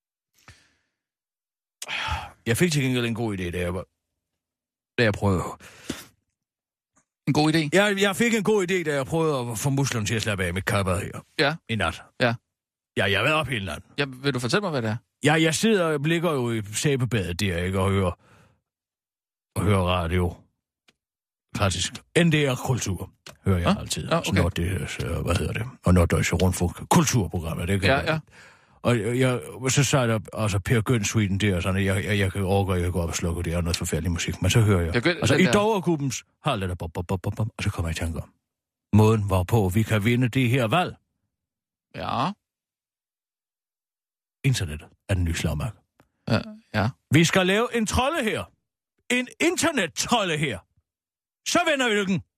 Jeg fik til gengæld en god idé, da jeg var... Da jeg prøvede... En god idé? Jeg, jeg fik en god idé, da jeg prøvede at få musklerne til at slappe af med kappet her. Ja. I nat. Ja. Ja, jeg har været op hele natten. Ja, vil du fortælle mig, hvad det er? Ja, jeg sidder og ligger jo i sæbebadet der, ikke? Og hører, og hører radio. Klassisk. N D R-kultur hører jeg ah? altid. Ah, okay. Når det, så, hvad hedder det? Og når Deutsche Rundfunk kulturprogrammer, det kan ja, jeg. Ja. Og jeg, så sagde der også Per Gøn-suiten der, og sådan, jeg, jeg, jeg kan overgå, jeg kan gå op og slukke, det er noget forfærdelig musik. Men så hører jeg, jeg altså i Dovergruppens, hold det der, bop, bop, bop, bop, og så kommer jeg i tanke om måden, hvorpå vi kan vinde det her valg. Ja. Internettet er den nye slagmark. Ja, ja. Vi skal lave en trolde her. En internet-trolde her. Så vender vi lykken.